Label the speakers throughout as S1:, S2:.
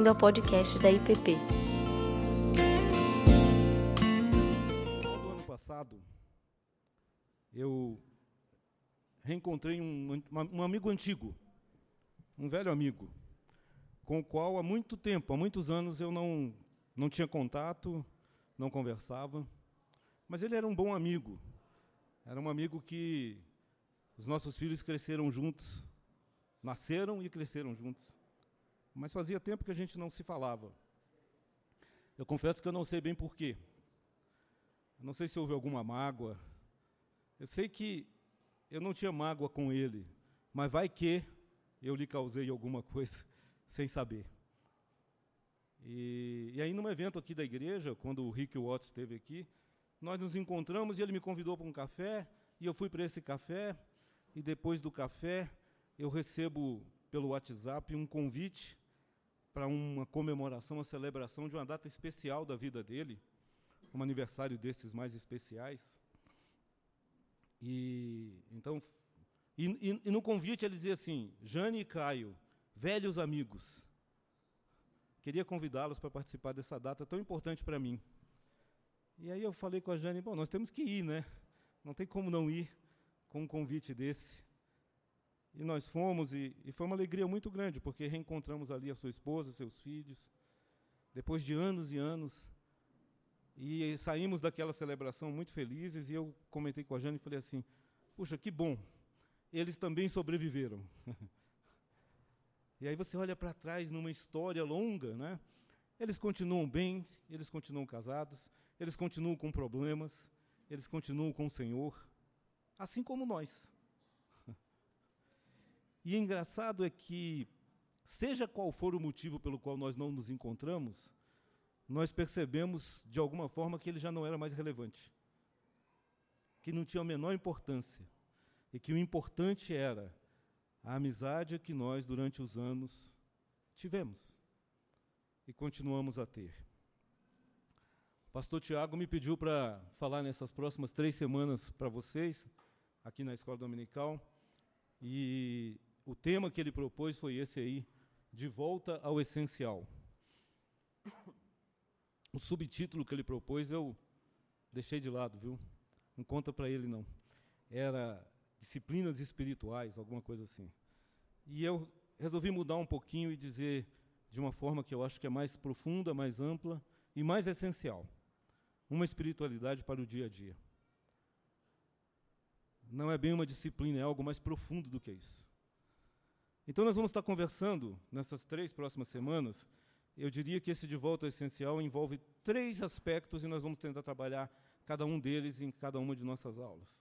S1: bem-vindo ao podcast da IPP.
S2: No ano passado, eu reencontrei um amigo antigo, um velho amigo, com o qual há muito tempo, há muitos anos, eu não tinha contato, não conversava, mas ele era um bom amigo. Era um amigo que os nossos filhos cresceram juntos, nasceram e cresceram juntos. Mas fazia tempo que a gente não se falava. Eu confesso que eu não sei bem porquê. Eu não sei se houve alguma mágoa. Eu sei que eu não tinha mágoa com ele, mas vai que eu lhe causei alguma coisa sem saber. E aí, num evento aqui da igreja, quando o Rick Watts esteve aqui, nós nos encontramos e ele me convidou para um café, e eu fui para esse café, e depois do café, eu recebo pelo WhatsApp um convite para uma comemoração, uma celebração de uma data especial da vida dele, um aniversário desses mais especiais. E no convite ele dizia assim: Jane e Caio, velhos amigos, queria convidá-los para participar dessa data tão importante para mim. E aí eu falei com a Jane, bom, nós temos que ir, né? Não tem como não ir com um convite desse. E nós fomos, e foi uma alegria muito grande, porque reencontramos ali a sua esposa, seus filhos, depois de anos e anos, e saímos daquela celebração muito felizes, e eu comentei com a Jane e falei assim, puxa, que bom, eles também sobreviveram. E aí você olha para trás numa história longa, né? Eles continuam bem, eles continuam casados, eles continuam com problemas, eles continuam com o Senhor, assim como nós. E engraçado é que, seja qual for o motivo pelo qual nós não nos encontramos, nós percebemos, de alguma forma, que ele já não era mais relevante, que não tinha a menor importância, e que o importante era a amizade que nós, durante os anos, tivemos e continuamos a ter. O pastor Tiago me pediu para falar nessas próximas 3 semanas para vocês, aqui na Escola Dominical, e o tema que ele propôs foi esse aí, de volta ao essencial. O subtítulo que ele propôs eu deixei de lado, viu? Não conta para ele, não. Era disciplinas espirituais, alguma coisa assim. E eu resolvi mudar um pouquinho e dizer de uma forma que eu acho que é mais profunda, mais ampla e mais essencial. Uma espiritualidade para o dia a dia. Não é bem uma disciplina, é algo mais profundo do que isso. Então nós vamos estar conversando, nessas 3 próximas semanas, eu diria que esse de volta ao essencial envolve 3 aspectos e nós vamos tentar trabalhar cada um deles em cada uma de nossas aulas.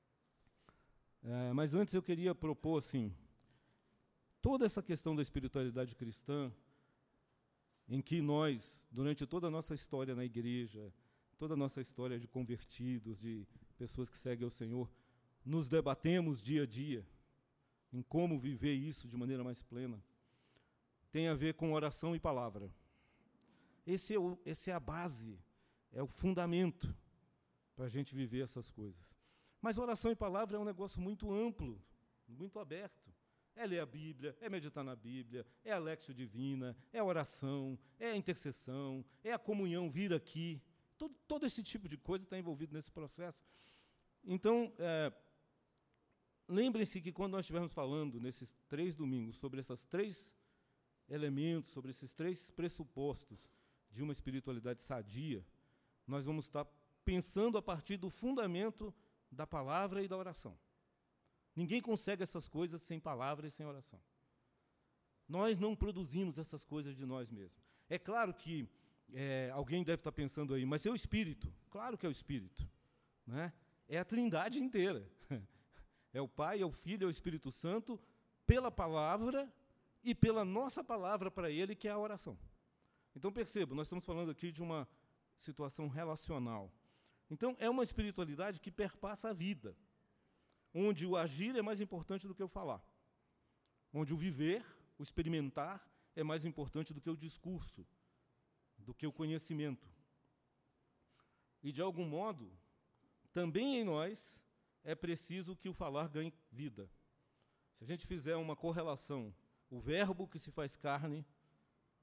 S2: Mas antes eu queria propor, assim, toda essa questão da espiritualidade cristã, em que nós, durante toda a nossa história na igreja, toda a nossa história de convertidos, de pessoas que seguem ao Senhor, nos debatemos dia a dia em como viver isso de maneira mais plena, tem a ver com oração e palavra. Esse é a base, é o fundamento para a gente viver essas coisas. Mas oração e palavra é um negócio muito amplo, muito aberto. É ler a Bíblia, é meditar na Bíblia, é a Lectio Divina, é a oração, é a intercessão, é a comunhão, vir aqui. Todo esse tipo de coisa está envolvido nesse processo. Então, lembrem-se que quando nós estivermos falando, nesses 3 domingos, sobre esses 3 elementos, sobre esses 3 pressupostos de uma espiritualidade sadia, nós vamos estar pensando a partir do fundamento da palavra e da oração. Ninguém consegue essas coisas sem palavra e sem oração. Nós não produzimos essas coisas de nós mesmos. É claro que alguém deve estar pensando aí, mas é o Espírito. Claro que é o Espírito, né? É a Trindade inteira. É o Pai, é o Filho, é o Espírito Santo, pela palavra e pela nossa palavra para Ele, que é a oração. Então, perceba, nós estamos falando aqui de uma situação relacional. Então, é uma espiritualidade que perpassa a vida, onde o agir é mais importante do que o falar, onde o viver, o experimentar, é mais importante do que o discurso, do que o conhecimento. E, de algum modo, também em nós é preciso que o falar ganhe vida. Se a gente fizer uma correlação, o verbo que se faz carne, o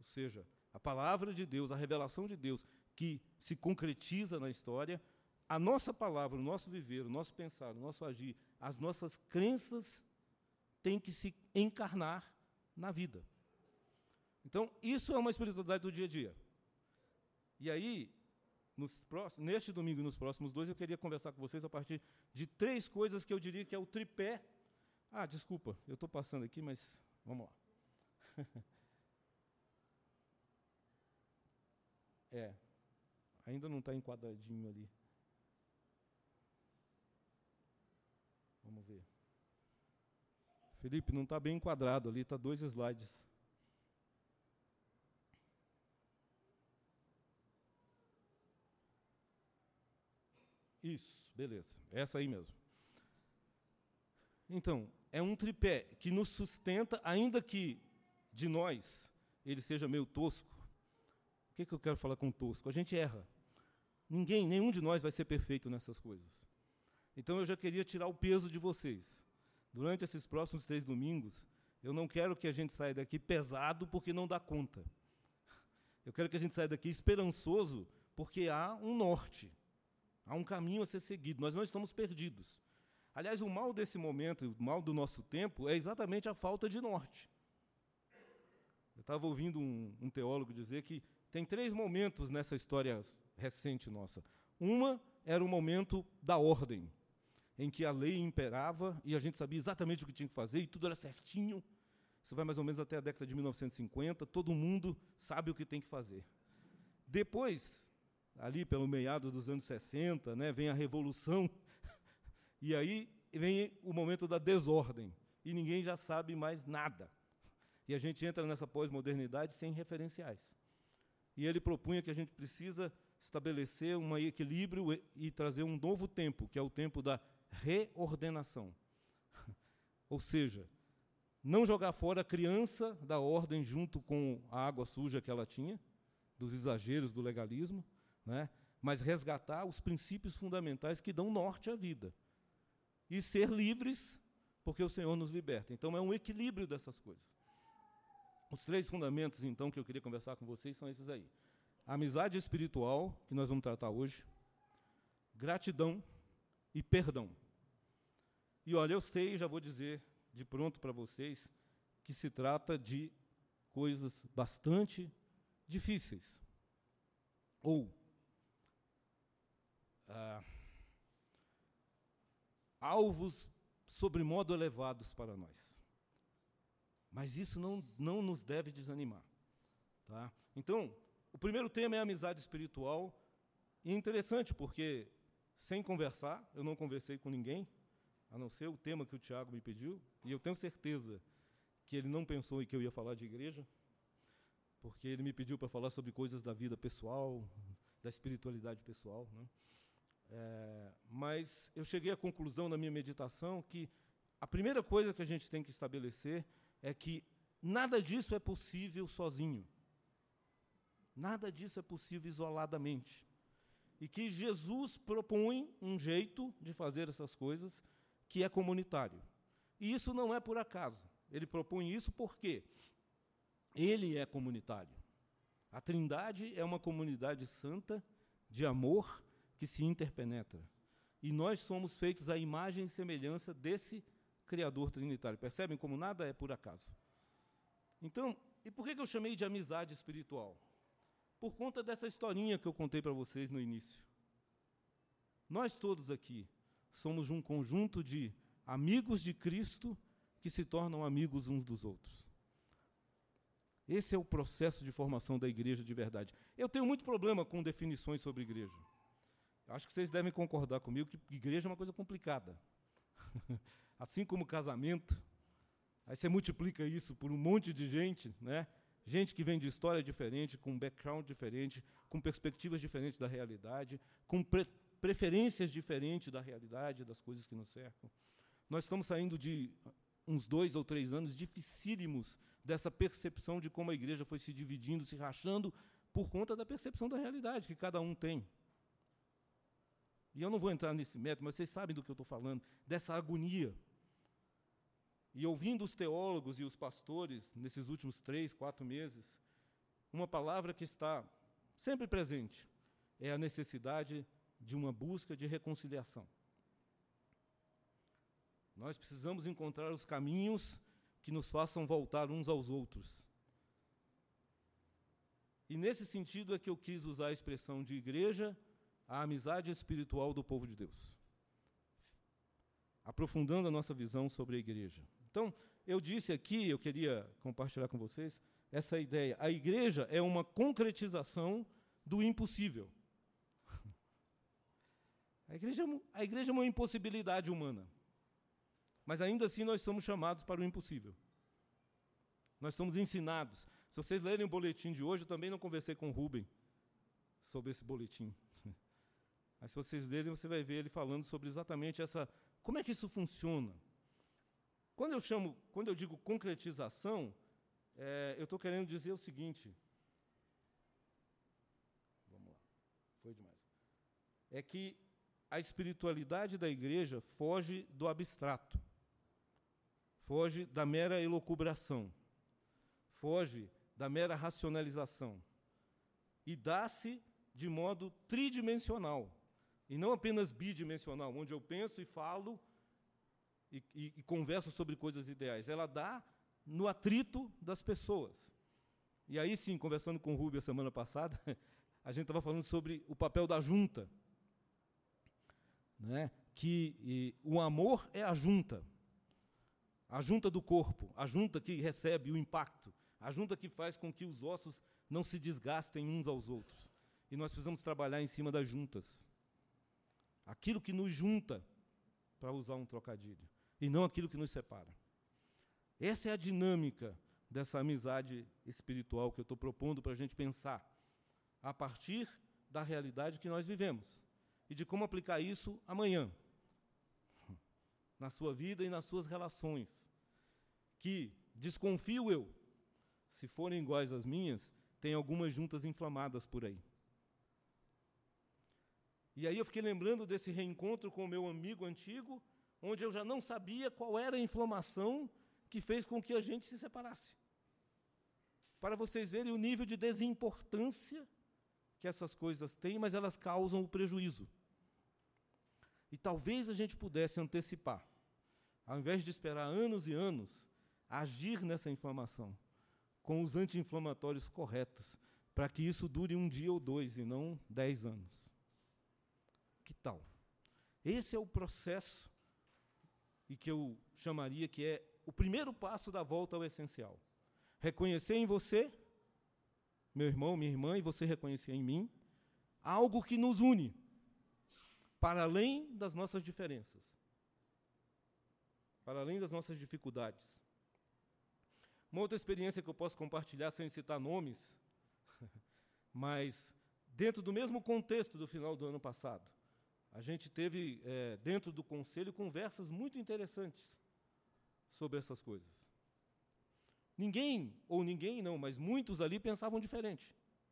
S2: ou seja, a palavra de Deus, a revelação de Deus, que se concretiza na história, a nossa palavra, o nosso viver, o nosso pensar, o nosso agir, as nossas crenças têm que se encarnar na vida. Então, isso é uma espiritualidade do dia a dia. E aí, neste domingo e nos próximos 2, eu queria conversar com vocês a partir de 3 coisas que eu diria que é o tripé. Desculpa, eu estou passando aqui, mas vamos lá. Ainda não está enquadradinho ali. Vamos ver. Felipe, não está bem enquadrado ali, está 2 slides. Isso, beleza. Essa aí mesmo. Então, é um tripé que nos sustenta, ainda que de nós ele seja meio tosco. O que eu quero falar com tosco? A gente erra. Nenhum de nós vai ser perfeito nessas coisas. Então, eu já queria tirar o peso de vocês. Durante esses próximos 3 domingos, eu não quero que a gente saia daqui pesado porque não dá conta. Eu quero que a gente saia daqui esperançoso porque há um norte. Há um caminho a ser seguido. Nós não estamos perdidos. Aliás, o mal desse momento, o mal do nosso tempo, é exatamente a falta de norte. Eu estava ouvindo um teólogo dizer que tem 3 momentos nessa história recente nossa. Uma era o momento da ordem, em que a lei imperava e a gente sabia exatamente o que tinha que fazer e tudo era certinho. Isso vai mais ou menos até a década de 1950, todo mundo sabe o que tem que fazer. Depois, ali pelo meado dos anos 60, vem a Revolução, e aí vem o momento da desordem, e ninguém já sabe mais nada. E a gente entra nessa pós-modernidade sem referenciais. E ele propunha que a gente precisa estabelecer um equilíbrio e trazer um novo tempo, que é o tempo da reordenação. Ou seja, não jogar fora a criança da ordem junto com a água suja que ela tinha, dos exageros do legalismo, mas resgatar os princípios fundamentais que dão norte à vida. E ser livres, porque o Senhor nos liberta. Então, é um equilíbrio dessas coisas. Os 3 fundamentos, então, que eu queria conversar com vocês são esses aí. A amizade espiritual, que nós vamos tratar hoje, gratidão e perdão. E, olha, eu sei, já vou dizer de pronto para vocês, que se trata de coisas bastante difíceis. Ou alvos sobremodo elevados para nós. Mas isso não nos deve desanimar. Tá? Então, o primeiro tema é a amizade espiritual. E é interessante, porque, sem conversar, eu não conversei com ninguém, a não ser o tema que o Tiago me pediu, e eu tenho certeza que ele não pensou em que eu ia falar de igreja, porque ele me pediu para falar sobre coisas da vida pessoal, da espiritualidade pessoal. Mas eu cheguei à conclusão na minha meditação que a primeira coisa que a gente tem que estabelecer é que nada disso é possível sozinho. Nada disso é possível isoladamente. E que Jesus propõe um jeito de fazer essas coisas que é comunitário. E isso não é por acaso. Ele propõe isso porque ele é comunitário. A Trindade é uma comunidade santa de amor que se interpenetra. E nós somos feitos à imagem e semelhança desse Criador trinitário. Percebem como nada é por acaso? Então, e por que eu chamei de amizade espiritual? Por conta dessa historinha que eu contei para vocês no início. Nós todos aqui somos um conjunto de amigos de Cristo que se tornam amigos uns dos outros. Esse é o processo de formação da igreja de verdade. Eu tenho muito problema com definições sobre igreja. Acho que vocês devem concordar comigo que igreja é uma coisa complicada. Assim como casamento, aí você multiplica isso por um monte de gente, gente que vem de história diferente, com background diferente, com perspectivas diferentes da realidade, com preferências diferentes da realidade, das coisas que nos cercam. Nós estamos saindo de uns 2 ou 3 anos dificílimos dessa percepção de como a igreja foi se dividindo, se rachando, por conta da percepção da realidade que cada um tem. E eu não vou entrar nesse método, mas vocês sabem do que eu estou falando, dessa agonia. E ouvindo os teólogos e os pastores, nesses últimos 3, 4 meses, uma palavra que está sempre presente, é a necessidade de uma busca de reconciliação. Nós precisamos encontrar os caminhos que nos façam voltar uns aos outros. E nesse sentido é que eu quis usar a expressão de igreja, a amizade espiritual do povo de Deus, aprofundando a nossa visão sobre a igreja. Então, eu disse aqui, eu queria compartilhar com vocês essa ideia. A igreja é uma concretização do impossível. A igreja é uma impossibilidade humana. Mas ainda assim nós somos chamados para o impossível. Nós somos ensinados. Se vocês lerem o boletim de hoje, eu também não conversei com o Rubem sobre esse boletim. Mas se vocês lerem, você vai ver ele falando sobre exatamente como é que isso funciona. Quando eu digo concretização, eu estou querendo dizer o seguinte. Vamos lá, foi demais. É que a espiritualidade da igreja foge do abstrato, foge da mera elucubração, foge da mera racionalização e dá-se de modo tridimensional, e não apenas bidimensional, onde eu penso e falo e converso sobre coisas ideais. Ela dá no atrito das pessoas. E aí sim, conversando com o Rubem a semana passada, a gente estava falando sobre o papel da junta, né? Que o amor é a junta do corpo, a junta que recebe o impacto, a junta que faz com que os ossos não se desgastem uns aos outros. E nós precisamos trabalhar em cima das juntas. Aquilo que nos junta, para usar um trocadilho, e não aquilo que nos separa. Essa é a dinâmica dessa amizade espiritual que eu estou propondo para a gente pensar, a partir da realidade que nós vivemos, e de como aplicar isso amanhã, na sua vida e nas suas relações, que, desconfio eu, se forem iguais às minhas, tem algumas juntas inflamadas por aí. E aí eu fiquei lembrando desse reencontro com o meu amigo antigo, onde eu já não sabia qual era a inflamação que fez com que a gente se separasse. Para vocês verem o nível de desimportância que essas coisas têm, mas elas causam o prejuízo. E talvez a gente pudesse antecipar, ao invés de esperar anos e anos, agir nessa inflamação, com os anti-inflamatórios corretos, para que isso dure um dia ou dois, e não 10 anos. Que tal? Esse é o processo, e que eu chamaria que é o primeiro passo da volta ao essencial. Reconhecer em você, meu irmão, minha irmã, e você reconhecer em mim, algo que nos une, para além das nossas diferenças, para além das nossas dificuldades. Uma outra experiência que eu posso compartilhar, sem citar nomes, mas dentro do mesmo contexto do final do ano passado, a gente teve, dentro do conselho, conversas muito interessantes sobre essas coisas. Ninguém não, mas muitos ali pensavam diferente.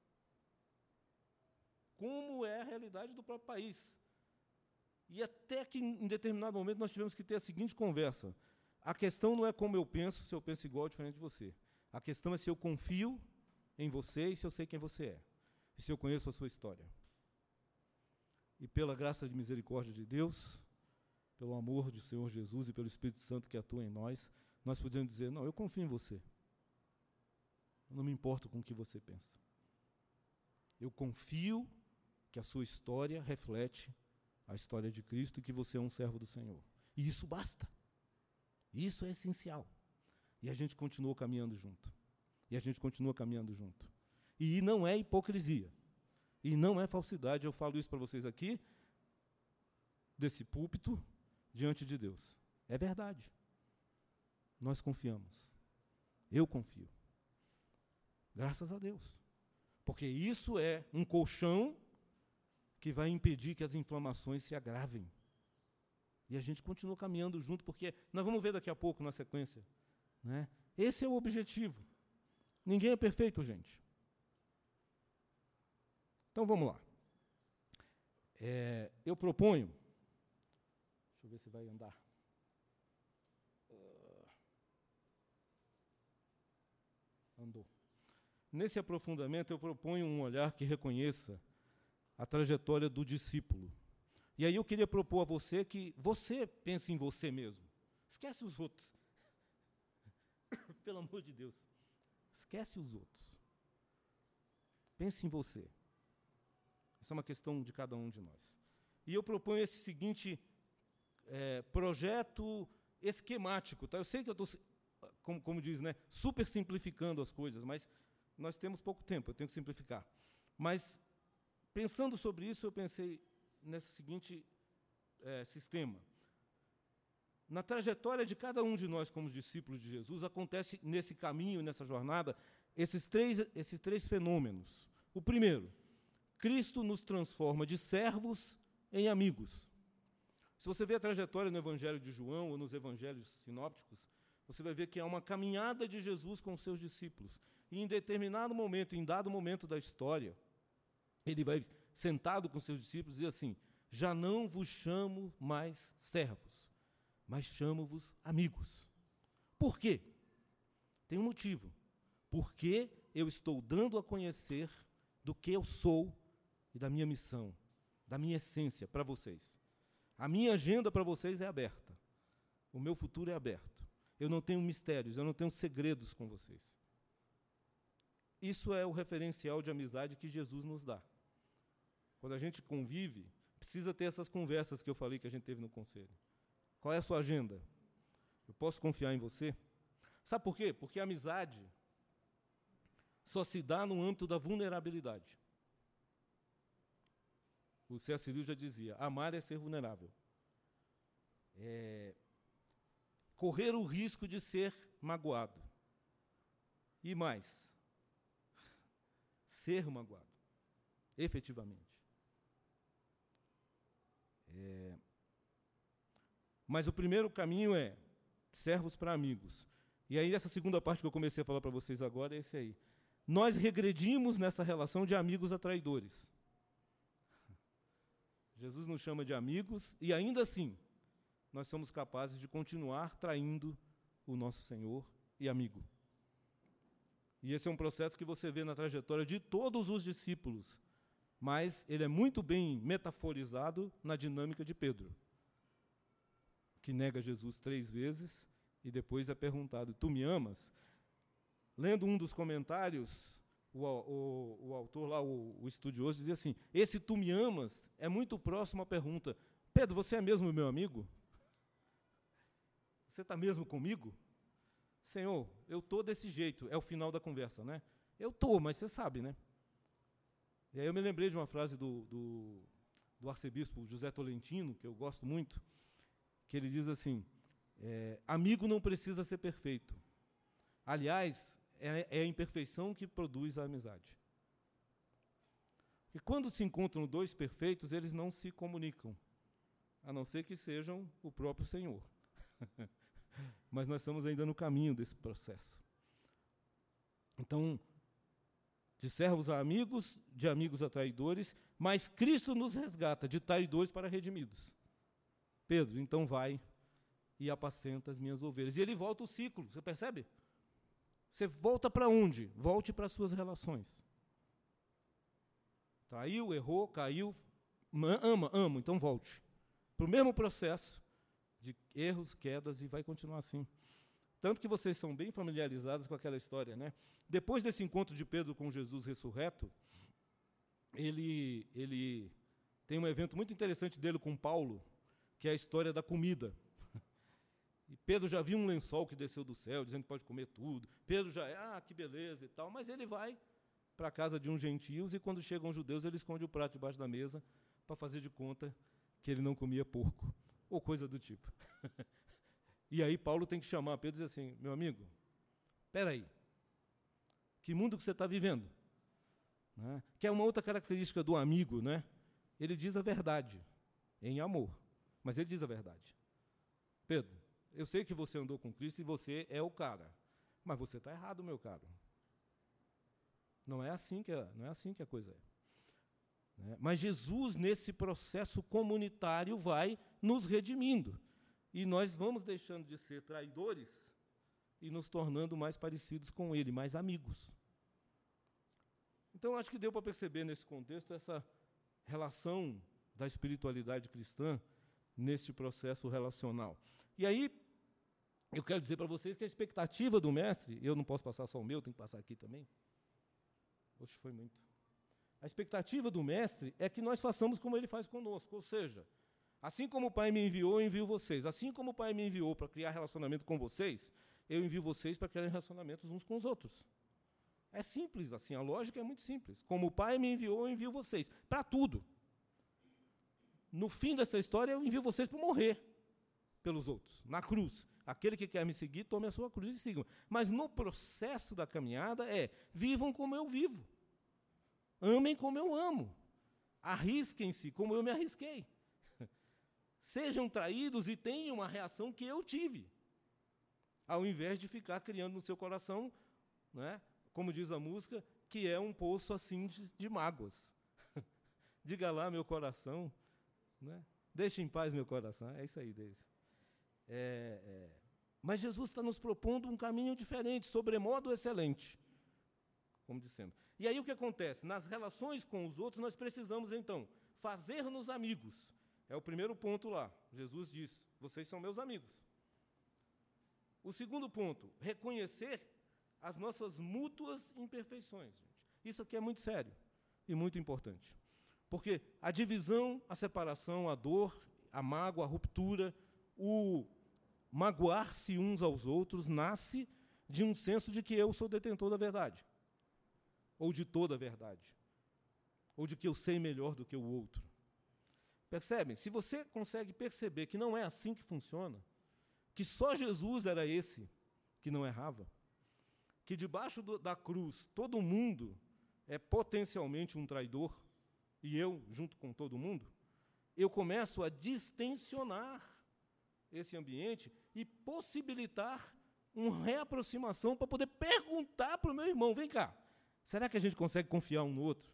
S2: Como é a realidade do próprio país. E até que, em determinado momento, nós tivemos que ter a seguinte conversa. A questão não é como eu penso, se eu penso igual ou diferente de você. A questão é se eu confio em você e se eu sei quem você é. E se eu conheço a sua história. E pela graça e misericórdia de Deus, pelo amor do Senhor Jesus e pelo Espírito Santo que atua em nós, nós podemos dizer, não, eu confio em você. Eu não me importo com o que você pensa. Eu confio que a sua história reflete a história de Cristo e que você é um servo do Senhor. E isso basta. Isso é essencial. E a gente continua caminhando junto. E a gente continua caminhando junto. E não é hipocrisia. E não é falsidade. Eu falo isso para vocês aqui, desse púlpito, diante de Deus. É verdade. Nós confiamos. Eu confio. Graças a Deus. Porque isso é um colchão que vai impedir que as inflamações se agravem. E a gente continua caminhando junto, porque nós vamos ver daqui a pouco na sequência, né? Esse é o objetivo. Ninguém é perfeito, gente. Então vamos lá. Eu proponho, deixa eu ver se vai andar. Andou. nesse aprofundamento, eu proponho um olhar que reconheça a trajetória do discípulo. E aí eu queria propor a você que você pense em você mesmo. Esquece os outros. Pelo amor de Deus. Esquece os outros. Pense em você. Essa é uma questão de cada um de nós. E eu proponho esse seguinte projeto esquemático. Tá? Eu sei que eu estou, como diz, né, super simplificando as coisas, mas nós temos pouco tempo, eu tenho que simplificar. Mas, pensando sobre isso, eu pensei nesse seguinte sistema. Na trajetória de cada um de nós como discípulos de Jesus, acontece nesse caminho, nessa jornada, esses três fenômenos. O primeiro, Cristo nos transforma de servos em amigos. Se você vê a trajetória no Evangelho de João ou nos Evangelhos sinópticos, você vai ver que há uma caminhada de Jesus com os seus discípulos. E em determinado momento, em dado momento da história, ele vai sentado com seus discípulos e diz assim: já não vos chamo mais servos, mas chamo-vos amigos. Por quê? Tem um motivo. Porque eu estou dando a conhecer do que eu sou e da minha missão, da minha essência para vocês. A minha agenda para vocês é aberta. O meu futuro é aberto. Eu não tenho mistérios, eu não tenho segredos com vocês. Isso é o referencial de amizade que Jesus nos dá. Quando a gente convive, precisa ter essas conversas que eu falei que a gente teve no conselho. Qual é a sua agenda? Eu posso confiar em você? Sabe por quê? Porque a amizade só se dá no âmbito da vulnerabilidade. O C.S. Lewis já dizia: amar é ser vulnerável. Correr o risco de ser magoado. E mais, ser magoado, efetivamente. Mas o primeiro caminho é servos para amigos. E aí, essa segunda parte que eu comecei a falar para vocês agora é esse aí. Nós regredimos nessa relação de amigos a traidores. Jesus nos chama de amigos e, ainda assim, nós somos capazes de continuar traindo o nosso Senhor e amigo. E esse é um processo que você vê na trajetória de todos os discípulos, mas ele é muito bem metaforizado na dinâmica de Pedro, que nega Jesus 3 vezes e depois é perguntado: tu me amas? Lendo um dos comentários, o autor lá, o estudioso, dizia assim: esse tu me amas é muito próximo à pergunta: Pedro, você é mesmo meu amigo? Você está mesmo comigo? Senhor, eu estou desse jeito. É o final da conversa, né? Eu estou, mas você sabe, né? E aí eu me lembrei de uma frase do arcebispo José Tolentino, que eu gosto muito, que ele diz assim: amigo não precisa ser perfeito. Aliás, é a imperfeição que produz a amizade. E quando se encontram dois perfeitos, eles não se comunicam, a não ser que sejam o próprio Senhor. Mas nós estamos ainda no caminho desse processo. Então, de servos a amigos, de amigos a traidores, mas Cristo nos resgata de traidores para redimidos. Pedro, então vai e apacenta as minhas ovelhas. E ele volta o ciclo, você percebe? Você volta para onde? Volte para as suas relações. Traiu, errou, caiu, amo, então volte. Para o mesmo processo de erros, quedas, e vai continuar assim. Tanto que vocês são bem familiarizados com aquela história, né? Depois desse encontro de Pedro com Jesus ressurreto, ele tem um evento muito interessante dele com Paulo, que é a história da comida. E Pedro já viu um lençol que desceu do céu, dizendo que pode comer tudo. Pedro já, que beleza e tal, mas ele vai para a casa de uns gentios e quando chegam os judeus, ele esconde o prato debaixo da mesa para fazer de conta que ele não comia porco, ou coisa do tipo. E aí Paulo tem que chamar Pedro e dizer assim: meu amigo, espera aí, que mundo que você está vivendo? Né? Que é uma outra característica do amigo, né? Ele diz a verdade, em amor, mas ele diz a verdade. Pedro, eu sei que você andou com Cristo e você é o cara, mas você está errado, meu caro. Não é assim que a coisa é. Né? Mas Jesus, nesse processo comunitário, vai nos redimindo. E nós vamos deixando de ser traidores e nos tornando mais parecidos com Ele, mais amigos. Então, acho que deu para perceber nesse contexto essa relação da espiritualidade cristã nesse processo relacional. E aí, eu quero dizer para vocês que a expectativa do mestre, eu não posso passar só o meu, tenho que passar aqui também. Oxe, foi muito. A expectativa do mestre é que nós façamos como ele faz conosco, ou seja, assim como o Pai me enviou, eu envio vocês. Assim como o Pai me enviou para criar relacionamento com vocês, eu envio vocês para criar relacionamentos uns com os outros. É simples assim, a lógica é muito simples. Como o Pai me enviou, eu envio vocês. Para tudo. No fim dessa história, eu envio vocês para morrer pelos outros, na cruz. Aquele que quer me seguir, tome a sua cruz e sigam. Mas no processo da caminhada vivam como eu vivo. Amem como eu amo. Arrisquem-se como eu me arrisquei. Sejam traídos e tenham uma reação que eu tive. Ao invés de ficar criando no seu coração, né, como diz a música, que é um poço assim de mágoas. Diga lá, meu coração, né? Deixe em paz meu coração. É isso aí, Deise. Mas Jesus está nos propondo um caminho diferente, sobremodo excelente, como dissemos. E aí o que acontece? Nas relações com os outros, nós precisamos, então, fazer-nos amigos. É o primeiro ponto lá. Jesus diz, vocês são meus amigos. O segundo ponto, reconhecer as nossas mútuas imperfeições. Gente. Isso aqui é muito sério e muito importante. Porque a divisão, a separação, a dor, a mágoa, a ruptura, o magoar-se uns aos outros, nasce de um senso de que eu sou detentor da verdade, ou de toda a verdade, ou de que eu sei melhor do que o outro. Percebem? Se você consegue perceber que não é assim que funciona, que só Jesus era esse que não errava, que debaixo da cruz todo mundo é potencialmente um traidor, e eu junto com todo mundo, eu começo a distensionar esse ambiente e possibilitar uma reaproximação para poder perguntar para o meu irmão, vem cá, será que a gente consegue confiar um no outro?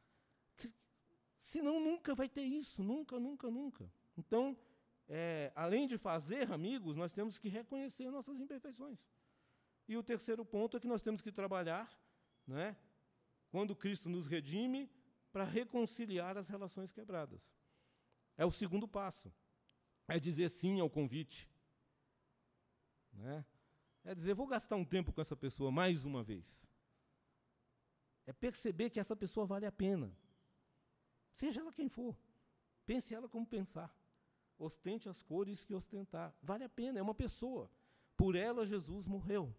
S2: Senão nunca vai ter isso, nunca, nunca, nunca. Então, além de fazer amigos, nós temos que reconhecer nossas imperfeições. E o terceiro ponto é que nós temos que trabalhar, né, quando Cristo nos redime, para reconciliar as relações quebradas. É o segundo passo. É dizer sim ao convite. Né? É dizer, vou gastar um tempo com essa pessoa mais uma vez. É perceber que essa pessoa vale a pena. Seja ela quem for. Pense ela como pensar. Ostente as cores que ostentar. Vale a pena, é uma pessoa. Por ela, Jesus morreu.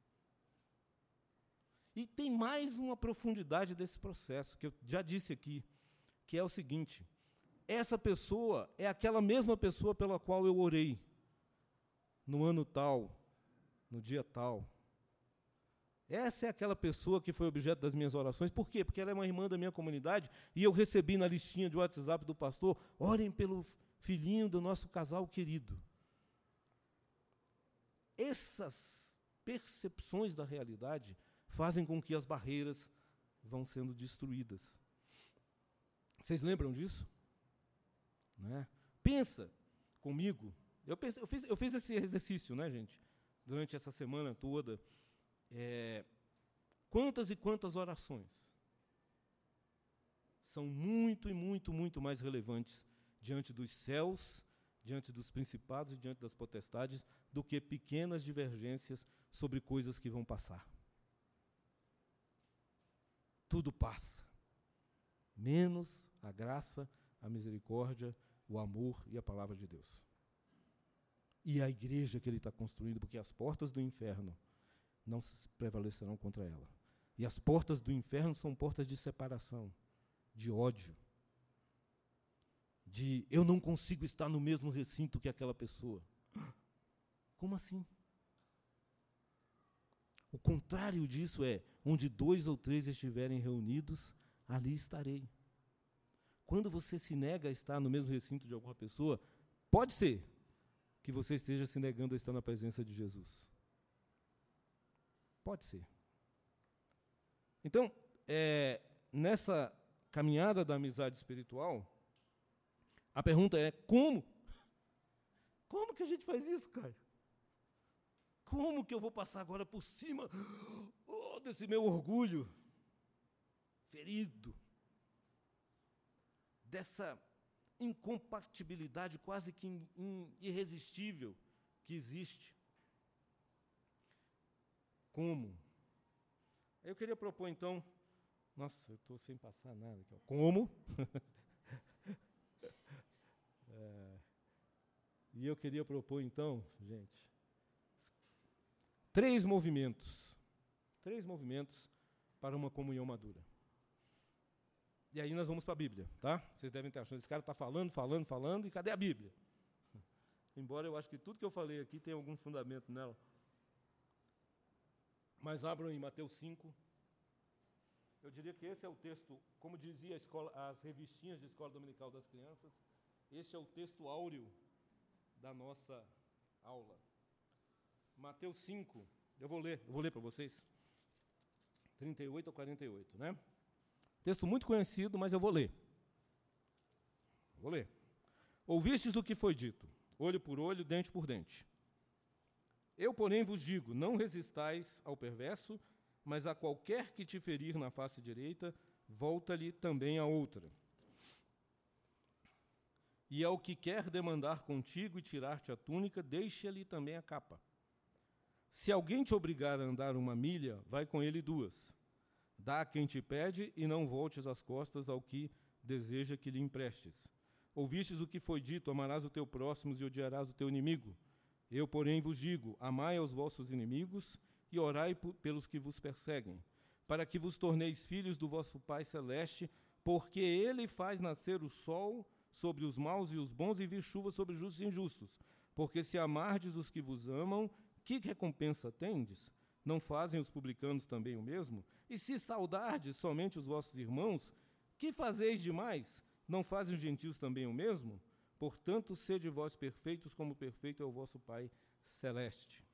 S2: E tem mais uma profundidade desse processo, que eu já disse aqui, que é o seguinte: essa pessoa é aquela mesma pessoa pela qual eu orei, no ano tal, no dia tal. Essa é aquela pessoa que foi objeto das minhas orações. Por quê? Porque ela é uma irmã da minha comunidade, e eu recebi na listinha de WhatsApp do pastor, orem pelo filhinho do nosso casal querido. Essas percepções da realidade fazem com que as barreiras vão sendo destruídas. Vocês lembram disso? Né? Pensa comigo. Eu fiz esse exercício, né, gente? Durante essa semana toda. Quantas e quantas orações são muito e muito, muito mais relevantes diante dos céus, diante dos principados e diante das potestades, do que pequenas divergências sobre coisas que vão passar. Tudo passa, menos a graça, a misericórdia, o amor e a palavra de Deus. E a igreja que ele está construindo, porque as portas do inferno não prevalecerão contra ela. E as portas do inferno são portas de separação, de ódio, de eu não consigo estar no mesmo recinto que aquela pessoa. Como assim? O contrário disso é, onde 2 ou 3 estiverem reunidos, ali estarei. Quando você se nega a estar no mesmo recinto de alguma pessoa, pode ser que você esteja se negando a estar na presença de Jesus. Pode ser. Então, nessa caminhada da amizade espiritual, a pergunta é, como? Como que a gente faz isso, cara? Como que eu vou passar agora por cima desse meu orgulho? ferido, dessa incompatibilidade quase que irresistível que existe. Como? Eu queria propor, então... Nossa, eu estou sem passar nada aqui. Como? E eu queria propor, então, gente, três movimentos para uma comunhão madura. E aí nós vamos para a Bíblia, tá? Vocês devem estar achando, esse cara está falando, e cadê a Bíblia? Embora eu acho que tudo que eu falei aqui tem algum fundamento nela. Mas abram em Mateus 5. Eu diria que esse é o texto, como dizia as revistinhas de escola dominical das crianças, esse é o texto áureo da nossa aula. Mateus 5, eu vou ler para vocês. 38 a 48, né? Texto muito conhecido, mas eu vou ler. Ouvistes o que foi dito, olho por olho, dente por dente. Eu, porém, vos digo, não resistais ao perverso, mas a qualquer que te ferir na face direita, volta-lhe também a outra. E ao que quer demandar contigo e tirar-te a túnica, deixa-lhe também a capa. Se alguém te obrigar a andar 1 milha, vai com ele 2. Dá a quem te pede e não voltes as costas ao que deseja que lhe emprestes. Ouvistes o que foi dito, amarás o teu próximo e odiarás o teu inimigo. Eu, porém, vos digo, amai aos vossos inimigos e orai pelos que vos perseguem, para que vos torneis filhos do vosso Pai Celeste, porque Ele faz nascer o sol sobre os maus e os bons e vir chuva sobre os justos e injustos. Porque se amardes os que vos amam, que recompensa tendes? Não fazem os publicanos também o mesmo? E se saudardes somente os vossos irmãos, que fazeis demais? Não fazem os gentios também o mesmo? Portanto, sede vós perfeitos, como perfeito é o vosso Pai Celeste.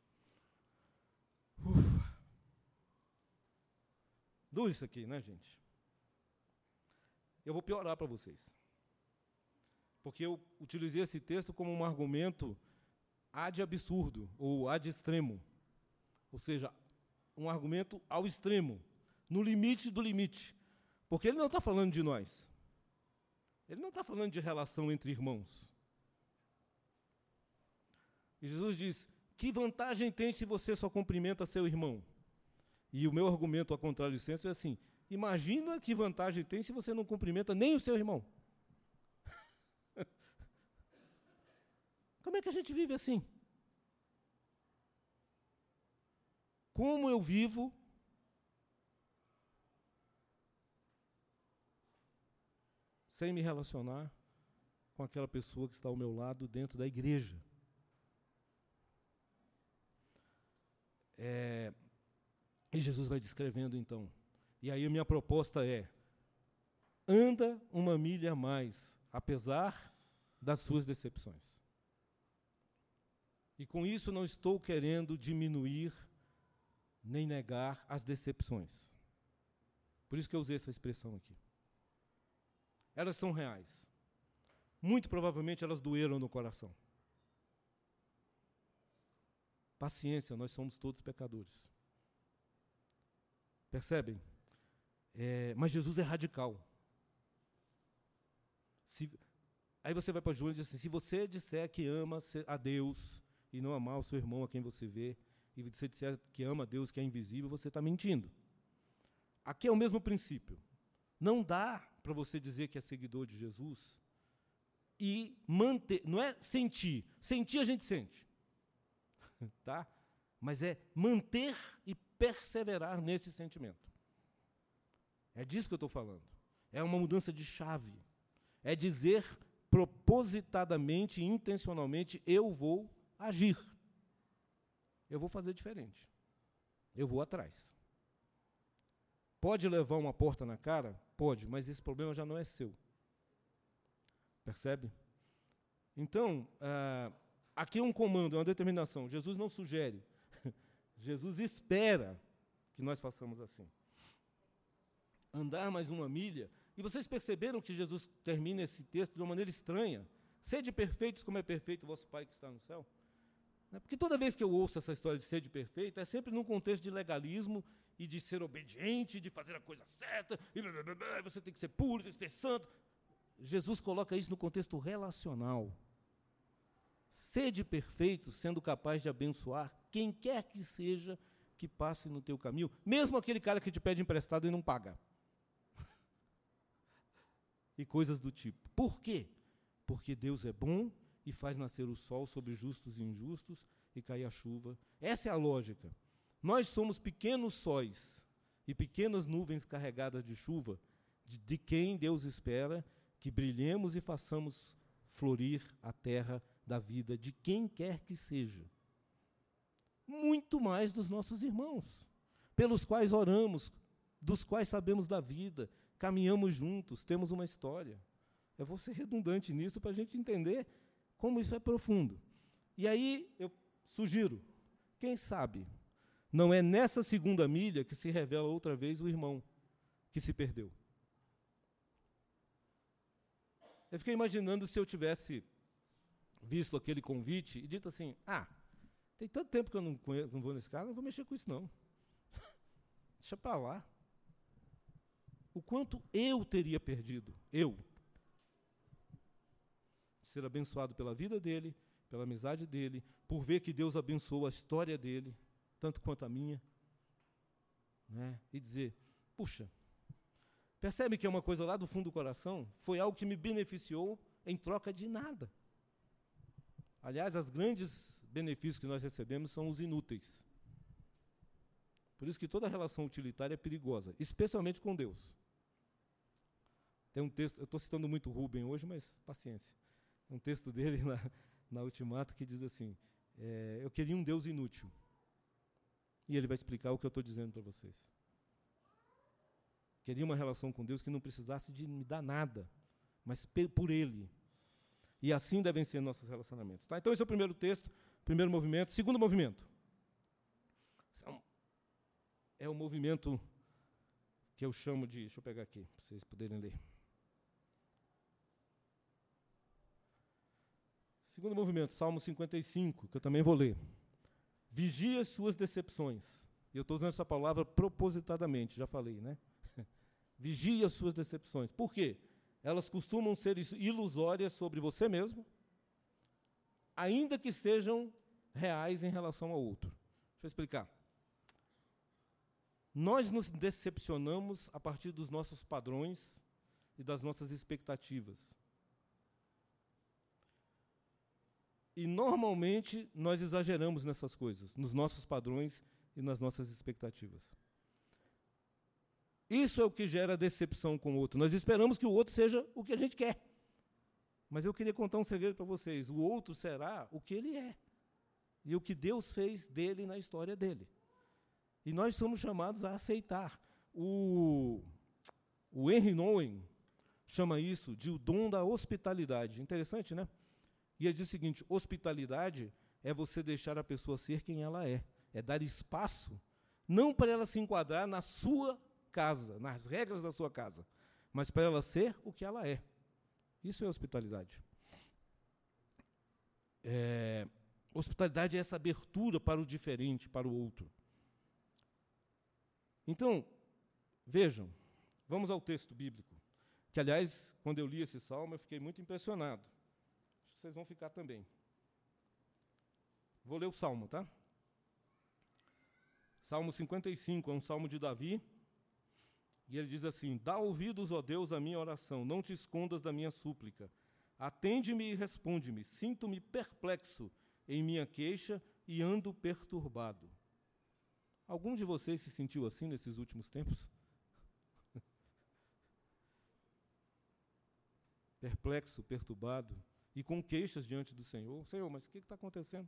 S2: Ufa! Duro isso aqui, né, gente? Eu vou piorar para vocês. Porque eu utilizei esse texto como um argumento ad absurdo, ou ad extremo. Ou seja, um argumento ao extremo, no limite do limite. Porque ele não está falando de nós. Ele não está falando de relação entre irmãos. E Jesus diz, que vantagem tem se você só cumprimenta seu irmão? E o meu argumento, ao contrário de senso, é assim, imagina que vantagem tem se você não cumprimenta nem o seu irmão. Como é que a gente vive assim? Como eu vivo sem me relacionar com aquela pessoa que está ao meu lado dentro da igreja? E Jesus vai descrevendo, então. E aí a minha proposta é, anda 1 milha a mais, apesar das suas decepções. E com isso não estou querendo diminuir nem negar as decepções. Por isso que eu usei essa expressão aqui. Elas são reais. Muito provavelmente elas doeram no coração. Paciência, nós somos todos pecadores. Percebem? Mas Jesus é radical. Aí você vai para João e diz assim, se você disser que ama a Deus e não amar o seu irmão a quem você vê, e você disser que ama a Deus que é invisível, você está mentindo. Aqui é o mesmo princípio. Não dá para você dizer que é seguidor de Jesus e manter, não é sentir. Sentir a gente sente. Tá? Mas é manter e perseverar nesse sentimento. É disso que eu estou falando. É uma mudança de chave. É dizer propositadamente, intencionalmente, eu vou agir. Eu vou fazer diferente. Eu vou atrás. Pode levar uma porta na cara? Pode, mas esse problema já não é seu. Percebe? Então, aqui é um comando, é uma determinação. Jesus não sugere. Jesus espera que nós façamos assim. Andar mais 1 milha. E vocês perceberam que Jesus termina esse texto de uma maneira estranha? Sede perfeitos como é perfeito o vosso Pai que está no céu. Porque toda vez que eu ouço essa história de sede perfeita, é sempre num contexto de legalismo e de ser obediente, de fazer a coisa certa, e blá, blá, blá, blá, você tem que ser puro, tem que ser santo. Jesus coloca isso no contexto relacional. Sede perfeito, sendo capaz de abençoar quem quer que seja que passe no teu caminho, mesmo aquele cara que te pede emprestado e não paga. E coisas do tipo. Por quê? Porque Deus é bom e faz nascer o sol sobre justos e injustos e cair a chuva. Essa é a lógica. Nós somos pequenos sóis e pequenas nuvens carregadas de chuva, de quem Deus espera que brilhemos e façamos florir a terra da vida de quem quer que seja. Muito mais dos nossos irmãos, pelos quais oramos, dos quais sabemos da vida, caminhamos juntos, temos uma história. Eu vou ser redundante nisso para a gente entender como isso é profundo. E aí eu sugiro, quem sabe, não é nessa segunda milha que se revela outra vez o irmão que se perdeu. Eu fiquei imaginando se eu tivesse visto aquele convite e dito assim, tem tanto tempo que eu não vou nesse cara, não vou mexer com isso não. Deixa para lá. O quanto eu teria perdido, eu, de ser abençoado pela vida dele, pela amizade dele, por ver que Deus abençoou a história dele, tanto quanto a minha, né? E dizer, puxa, percebe que é uma coisa lá do fundo do coração? Foi algo que me beneficiou em troca de nada. Aliás, os grandes benefícios que nós recebemos são os inúteis. Por isso que toda relação utilitária é perigosa, especialmente com Deus. Tem um texto, eu estou citando muito Rubem hoje, mas paciência. Um texto dele na Ultimato que diz assim, eu queria um Deus inútil. E ele vai explicar o que eu estou dizendo para vocês. Queria uma relação com Deus que não precisasse de me dar nada, mas por Ele. E assim devem ser nossos relacionamentos. Tá? Então esse é o primeiro texto, primeiro movimento. Segundo movimento. É o movimento que eu chamo de... Deixa eu pegar aqui, para vocês poderem ler. Segundo movimento, Salmo 55, que eu também vou ler. Vigia as suas decepções. E eu estou usando essa palavra propositadamente, já falei, né? Vigie as suas decepções. Por quê? Elas costumam ser ilusórias sobre você mesmo, ainda que sejam reais em relação ao outro. Deixa eu explicar. Nós nos decepcionamos a partir dos nossos padrões e das nossas expectativas. E, normalmente, nós exageramos nessas coisas, nos nossos padrões e nas nossas expectativas. Isso é o que gera decepção com o outro. Nós esperamos que o outro seja o que a gente quer. Mas eu queria contar um segredo para vocês. O outro será o que ele é. E o que Deus fez dele na história dele. E nós somos chamados a aceitar. O Henry Nouwen chama isso de o dom da hospitalidade. Interessante, né? E ele diz o seguinte, hospitalidade é você deixar a pessoa ser quem ela é. É dar espaço, não para ela se enquadrar na sua casa, nas regras da sua casa, mas para ela ser o que ela é. Isso é hospitalidade. Hospitalidade é essa abertura para o diferente, para o outro. Então, vejam, vamos ao texto bíblico, que, aliás, quando eu li esse salmo, eu fiquei muito impressionado. Acho que vocês vão ficar também. Vou ler o salmo, tá? Salmo 55 é um salmo de Davi, e ele diz assim, dá ouvidos, ó Deus, à minha oração, não te escondas da minha súplica. Atende-me e responde-me, sinto-me perplexo em minha queixa e ando perturbado. Algum de vocês se sentiu assim nesses últimos tempos? Perplexo, perturbado, e com queixas diante do Senhor. Senhor, mas o que está acontecendo?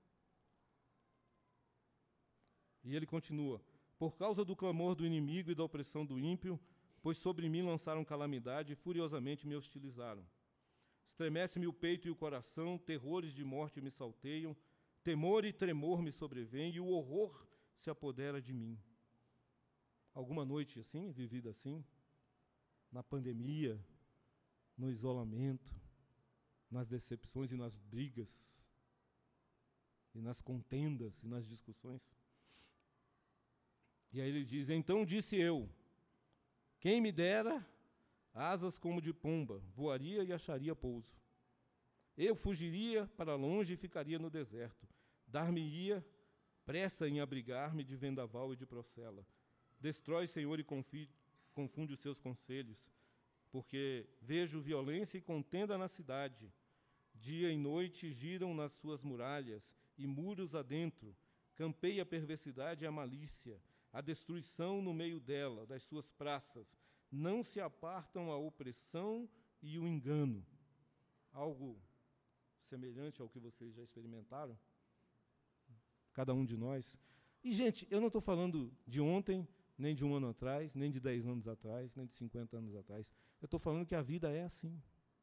S2: E ele continua, por causa do clamor do inimigo e da opressão do ímpio, pois sobre mim lançaram calamidade e furiosamente me hostilizaram. Estremece-me o peito e o coração, terrores de morte me salteiam, temor e tremor me sobrevêm e o horror se apodera de mim. Alguma noite assim, vivida assim, na pandemia, no isolamento, nas decepções e nas brigas, e nas contendas, e nas discussões. E aí ele diz: então disse eu, quem me dera asas como de pomba, voaria e acharia pouso. Eu fugiria para longe e ficaria no deserto. Dar-me-ia pressa em abrigar-me de vendaval e de procela. Destrói, Senhor, e confunde os seus conselhos, porque vejo violência e contenda na cidade. Dia e noite giram nas suas muralhas, e muros adentro. Campeia a perversidade e a malícia, a destruição no meio dela, das suas praças. Não se apartam a opressão e o engano. Algo semelhante ao que vocês já experimentaram? Cada um de nós. E, gente, eu não estou falando de ontem, nem de um ano atrás, nem de 10 anos atrás, nem de 50 anos atrás. Eu estou falando que a vida é assim.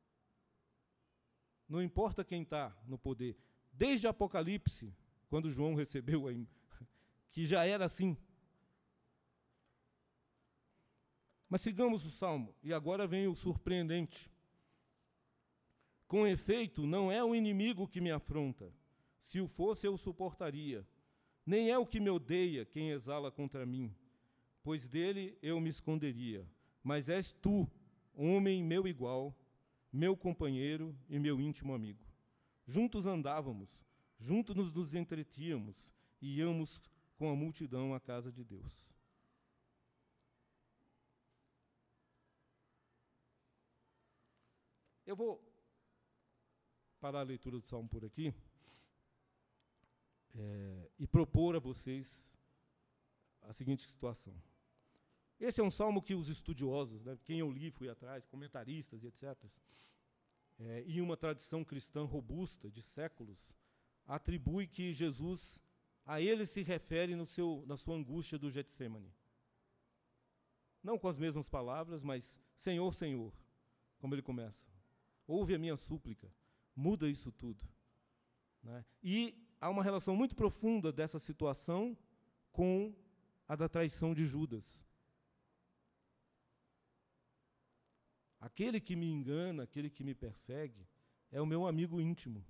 S2: Não importa quem está no poder. Desde Apocalipse, quando João recebeu, que já era assim. Mas sigamos o Salmo, e agora vem o surpreendente. Com efeito, não é o inimigo que me afronta. Se o fosse, eu o suportaria. Nem é o que me odeia quem exala contra mim, pois dele eu me esconderia. Mas és tu, homem meu igual, meu companheiro e meu íntimo amigo. Juntos andávamos, juntos nos entretínhamos, e íamos com a multidão à casa de Deus. Eu vou parar a leitura do Salmo por aqui e propor a vocês a seguinte situação. Esse é um salmo que os estudiosos, né, quem eu li, fui atrás, comentaristas e etc., e uma tradição cristã robusta de séculos, atribui que Jesus, a ele se refere na sua angústia do Getsêmani. Não com as mesmas palavras, mas Senhor, Senhor, como ele começa. Ouve a minha súplica, muda isso tudo. Né? E há uma relação muito profunda dessa situação com a da traição de Judas. Aquele que me engana, aquele que me persegue, é o meu amigo íntimo.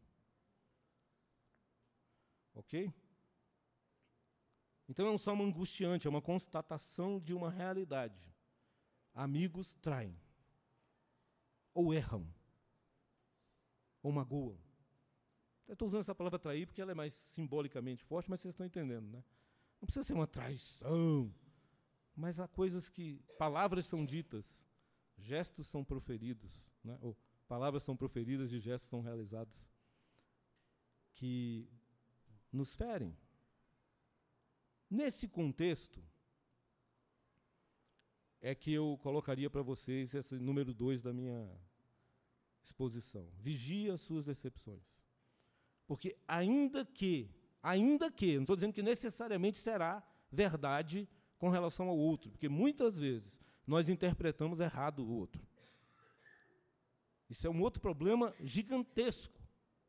S2: Ok? Então é um salmo angustiante, é uma constatação de uma realidade. Amigos traem, ou erram, ou magoam. Eu estou usando essa palavra trair porque ela é mais simbolicamente forte, mas vocês estão entendendo, né? Não precisa ser uma traição, mas há coisas que, palavras são ditas, gestos são proferidos, né? Ou palavras são proferidas e gestos são realizados, que nos ferem. Nesse contexto, é que eu colocaria para vocês esse número 2 da minha exposição. Vigie as suas decepções. Porque ainda que, não estou dizendo que necessariamente será verdade com relação ao outro, porque muitas vezes nós interpretamos errado o outro. Isso é um outro problema gigantesco.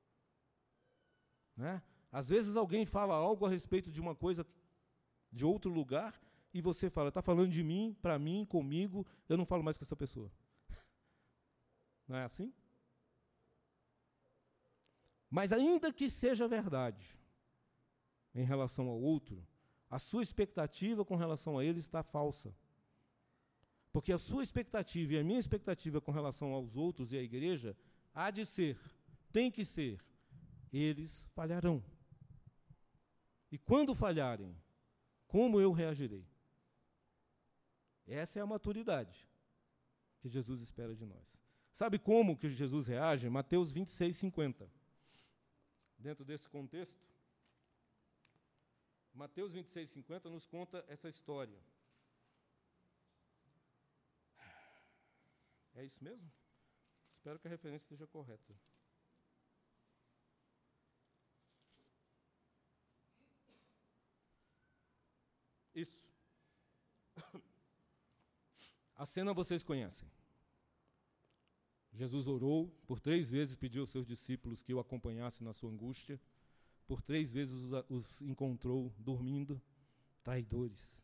S2: Né? Às vezes alguém fala algo a respeito de uma coisa de outro lugar e você fala, está falando de mim, para mim, comigo, eu não falo mais com essa pessoa. Não é assim? Mas ainda que seja verdade em relação ao outro, a sua expectativa com relação a ele está falsa. Porque a sua expectativa e a minha expectativa com relação aos outros e à igreja há de ser, tem que ser, eles falharão. E quando falharem, como eu reagirei? Essa é a maturidade que Jesus espera de nós. Sabe como que Jesus reage? Mateus 26, 50. Dentro desse contexto, Mateus 26, 50 nos conta essa história. É isso mesmo? Espero que a referência esteja correta. Isso. A cena vocês conhecem. Jesus orou, por 3 vezes pediu aos seus discípulos que o acompanhassem na sua angústia, por 3 vezes os encontrou dormindo, traidores,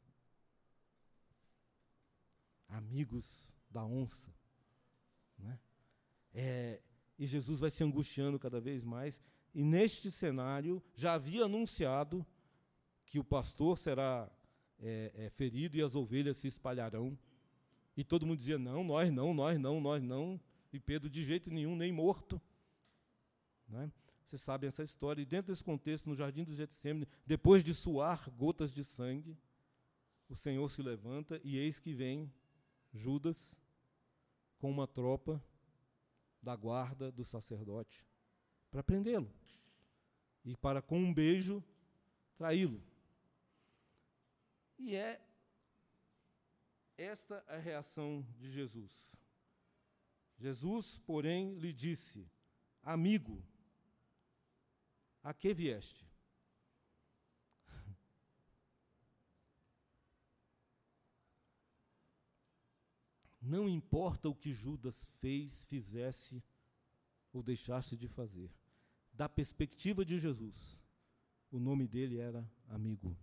S2: amigos da onça. Né? E Jesus vai se angustiando cada vez mais, e neste cenário já havia anunciado que o pastor será ferido e as ovelhas se espalharão. E todo mundo dizia, não, nós não, nós não, nós não. E Pedro, de jeito nenhum, nem morto. Né? Vocês sabem essa história. E dentro desse contexto, no jardim do Getsêmani, depois de suar gotas de sangue, o Senhor se levanta e eis que vem Judas com uma tropa da guarda do sacerdote para prendê-lo e para, com um beijo, traí-lo. E é esta a reação de Jesus. Jesus, porém, lhe disse, amigo, a que vieste? Não importa o que Judas fizesse ou deixasse de fazer. Da perspectiva de Jesus, o nome dele era amigo.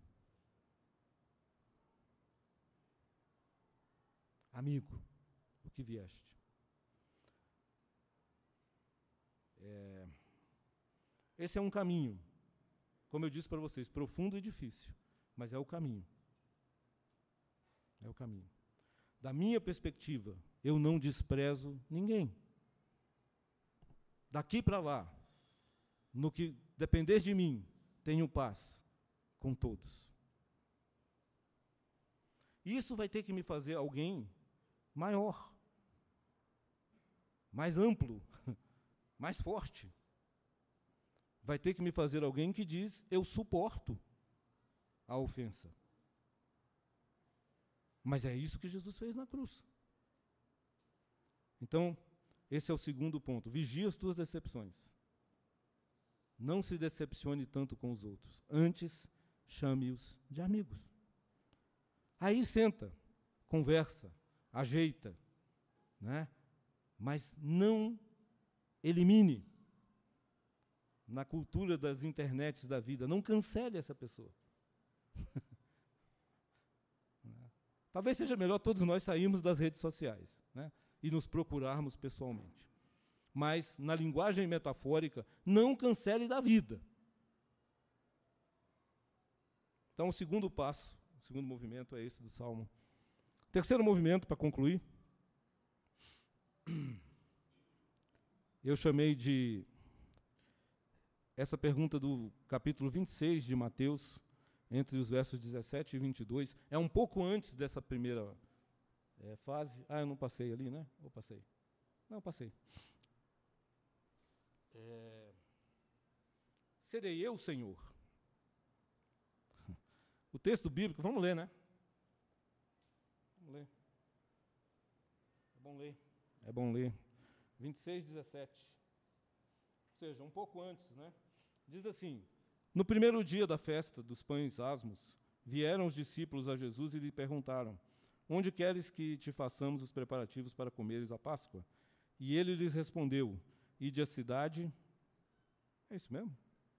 S2: Amigo, o que vieste? Esse é um caminho, como eu disse para vocês, profundo e difícil, mas é o caminho. É o caminho. Da minha perspectiva, eu não desprezo ninguém. Daqui para lá, no que depender de mim, tenho paz com todos. Isso vai ter que me fazer alguém maior, mais amplo, mais forte. Vai ter que me fazer alguém que diz, eu suporto a ofensa. Mas é isso que Jesus fez na cruz. Então, esse é o segundo ponto. Vigia as tuas decepções. Não se decepcione tanto com os outros. Antes, chame-os de amigos. Aí senta, conversa, ajeita, né? Mas não elimine. Na cultura das internets da vida, não cancele essa pessoa. Talvez seja melhor todos nós sairmos das redes sociais, né, e nos procurarmos pessoalmente. Mas, na linguagem metafórica, não cancele da vida. Então, o segundo passo, o segundo movimento é esse do Salmo. Terceiro movimento, para concluir, eu chamei de essa pergunta do capítulo 26 de Mateus, entre os versos 17 e 22, é um pouco antes dessa primeira fase. Eu não passei ali, né? Ou passei? Não, passei. Serei eu, Senhor. O texto bíblico, vamos ler, né? Vamos ler. É bom ler. É bom ler. 26, 17. Ou seja, um pouco antes, né? Diz assim, no primeiro dia da festa dos pães asmos, vieram os discípulos a Jesus e lhe perguntaram, onde queres que te façamos os preparativos para comeres a Páscoa? E ele lhes respondeu, ide à cidade... É isso mesmo?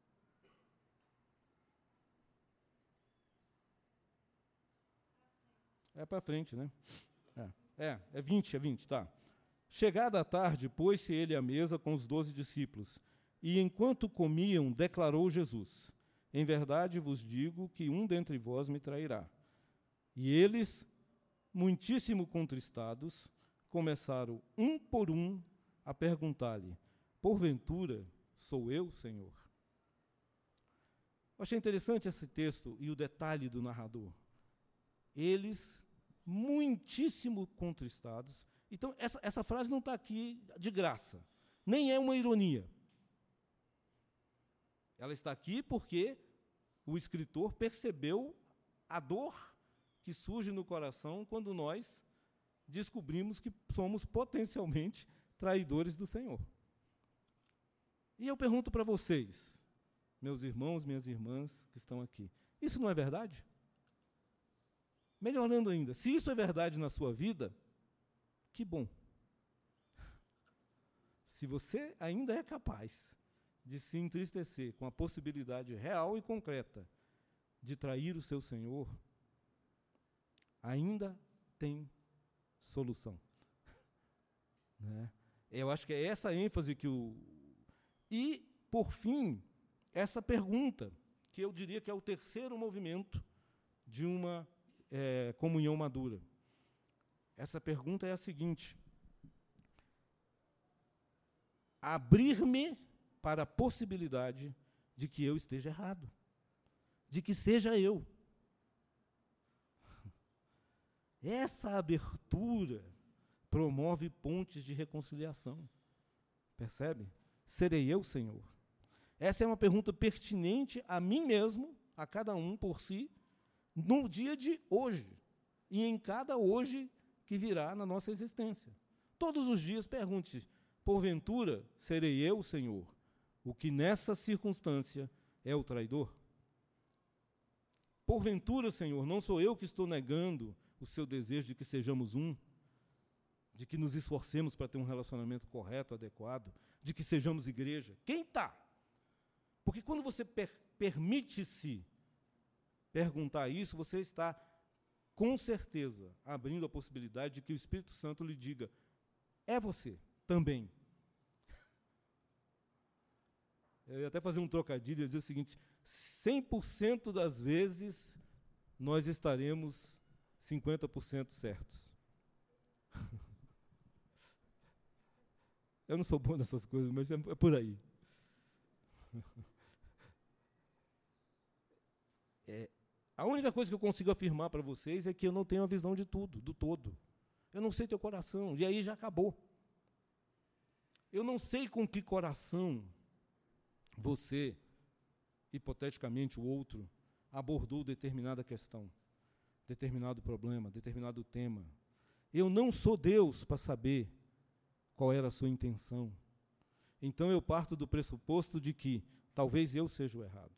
S2: É para frente, né? É 20, tá. Chegada a tarde, pôs-se ele à mesa com os 12 discípulos, e enquanto comiam, declarou Jesus, em verdade vos digo que um dentre vós me trairá. E eles, muitíssimo contristados, começaram um por um a perguntar-lhe, porventura sou eu, Senhor? Eu achei interessante esse texto e o detalhe do narrador. Eles, muitíssimo contristados. Então, essa frase não está aqui de graça, nem é uma ironia. Ela está aqui porque o escritor percebeu a dor que surge no coração quando nós descobrimos que somos potencialmente traidores do Senhor. E eu pergunto para vocês, meus irmãos, minhas irmãs que estão aqui, isso não é verdade? Melhorando ainda, se isso é verdade na sua vida, que bom. Se você ainda é capaz de se entristecer com a possibilidade real e concreta de trair o seu Senhor, ainda tem solução. Né? Eu acho que é essa ênfase que E por fim, essa pergunta, que eu diria que é o terceiro movimento de uma comunhão madura. Essa pergunta é a seguinte: abrir-me para a possibilidade de que eu esteja errado, de que seja eu. Essa abertura promove pontes de reconciliação. Percebe? Serei eu, Senhor? Essa é uma pergunta pertinente a mim mesmo, a cada um por si, no dia de hoje, e em cada hoje que virá na nossa existência. Todos os dias pergunte-se: porventura serei eu, Senhor, o que nessa circunstância é o traidor? Porventura, Senhor, não sou eu que estou negando o seu desejo de que sejamos um, de que nos esforcemos para ter um relacionamento correto, adequado, de que sejamos igreja? Quem está? Porque quando você permite-se perguntar isso, você está, com certeza, abrindo a possibilidade de que o Espírito Santo lhe diga: é você também. Eu ia até fazer um trocadilho e dizer o seguinte: 100% das vezes nós estaremos 50% certos. Eu não sou bom nessas coisas, mas é por aí. A única coisa que eu consigo afirmar para vocês é que eu não tenho a visão de tudo, do todo. Eu não sei teu coração, e aí já acabou. Eu não sei com que coração você, hipoteticamente o outro, abordou determinada questão, determinado problema, determinado tema. Eu não sou Deus para saber qual era a sua intenção. Então eu parto do pressuposto de que talvez eu seja o errado.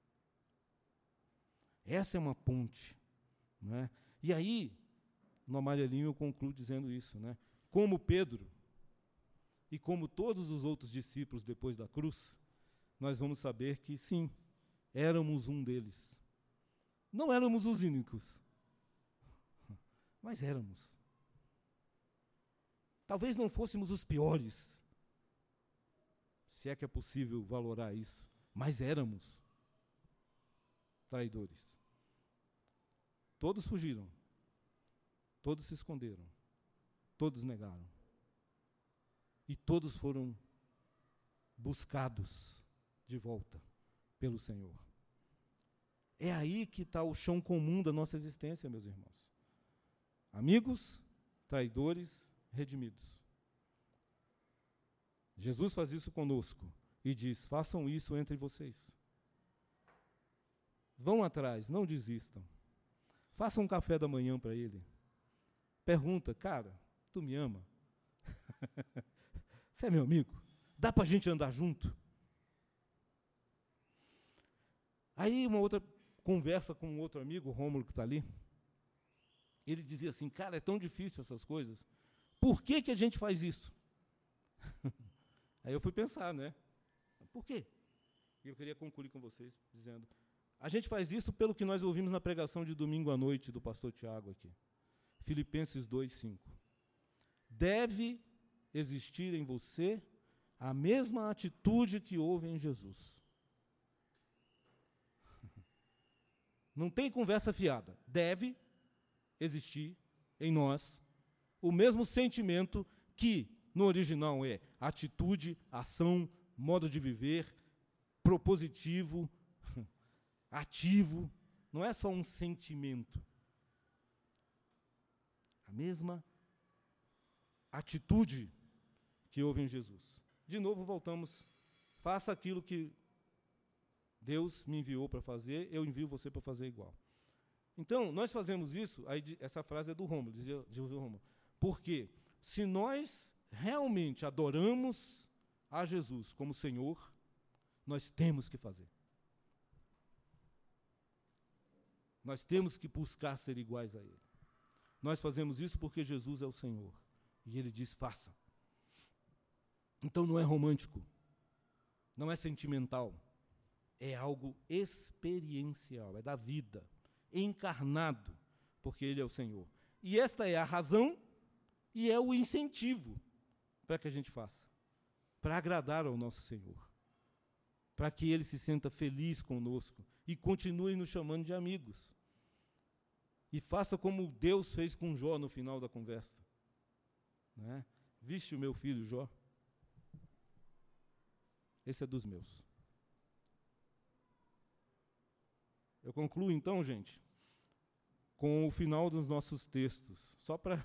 S2: Essa é uma ponte, né? E aí, no amarelinho eu concluo dizendo isso, né? Como Pedro e como todos os outros discípulos depois da cruz, nós vamos saber que sim, éramos um deles. Não éramos os únicos, mas éramos. Talvez não fôssemos os piores, se é que é possível valorar isso, mas éramos traidores. Todos fugiram, todos se esconderam, todos negaram, e todos foram buscados de volta pelo Senhor. É aí que está o chão comum da nossa existência, meus irmãos. Amigos, traidores, redimidos. Jesus faz isso conosco e diz: façam isso entre vocês. Vão atrás, não desistam. Façam um café da manhã para ele. Pergunta: cara, tu me ama? Você é meu amigo? Dá para a gente andar junto? Aí uma outra conversa com um outro amigo, o Rômulo, que está ali, ele dizia assim: cara, é tão difícil essas coisas, por que que a gente faz isso? Aí eu fui pensar, né? Por quê? E eu queria concluir com vocês dizendo: a gente faz isso pelo que nós ouvimos na pregação de domingo à noite do pastor Tiago aqui. Filipenses 2:5. Deve existir em você a mesma atitude que houve em Jesus. Não tem conversa fiada. Deve existir em nós o mesmo sentimento que, no original, é atitude, ação, modo de viver, propositivo, ativo. Não é só um sentimento. A mesma atitude que houve em Jesus. De novo, voltamos. Faça aquilo que Deus me enviou para fazer, eu envio você para fazer igual. Então, nós fazemos isso, aí essa frase é do Rômulo, dizia o Rômulo, porque se nós realmente adoramos a Jesus como Senhor, nós temos que fazer. Nós temos que buscar ser iguais a Ele. Nós fazemos isso porque Jesus é o Senhor. E Ele diz: faça. Então não é romântico, não é sentimental, é algo experiencial, é da vida, encarnado, porque Ele é o Senhor. E esta é a razão e é o incentivo para que a gente faça, para agradar ao nosso Senhor. para que ele se sinta feliz conosco e continue nos chamando de amigos. E faça como Deus fez com Jó no final da conversa. Né? Viste o meu filho Jó? Esse é dos meus. Eu concluo então, gente, com o final dos nossos textos, só para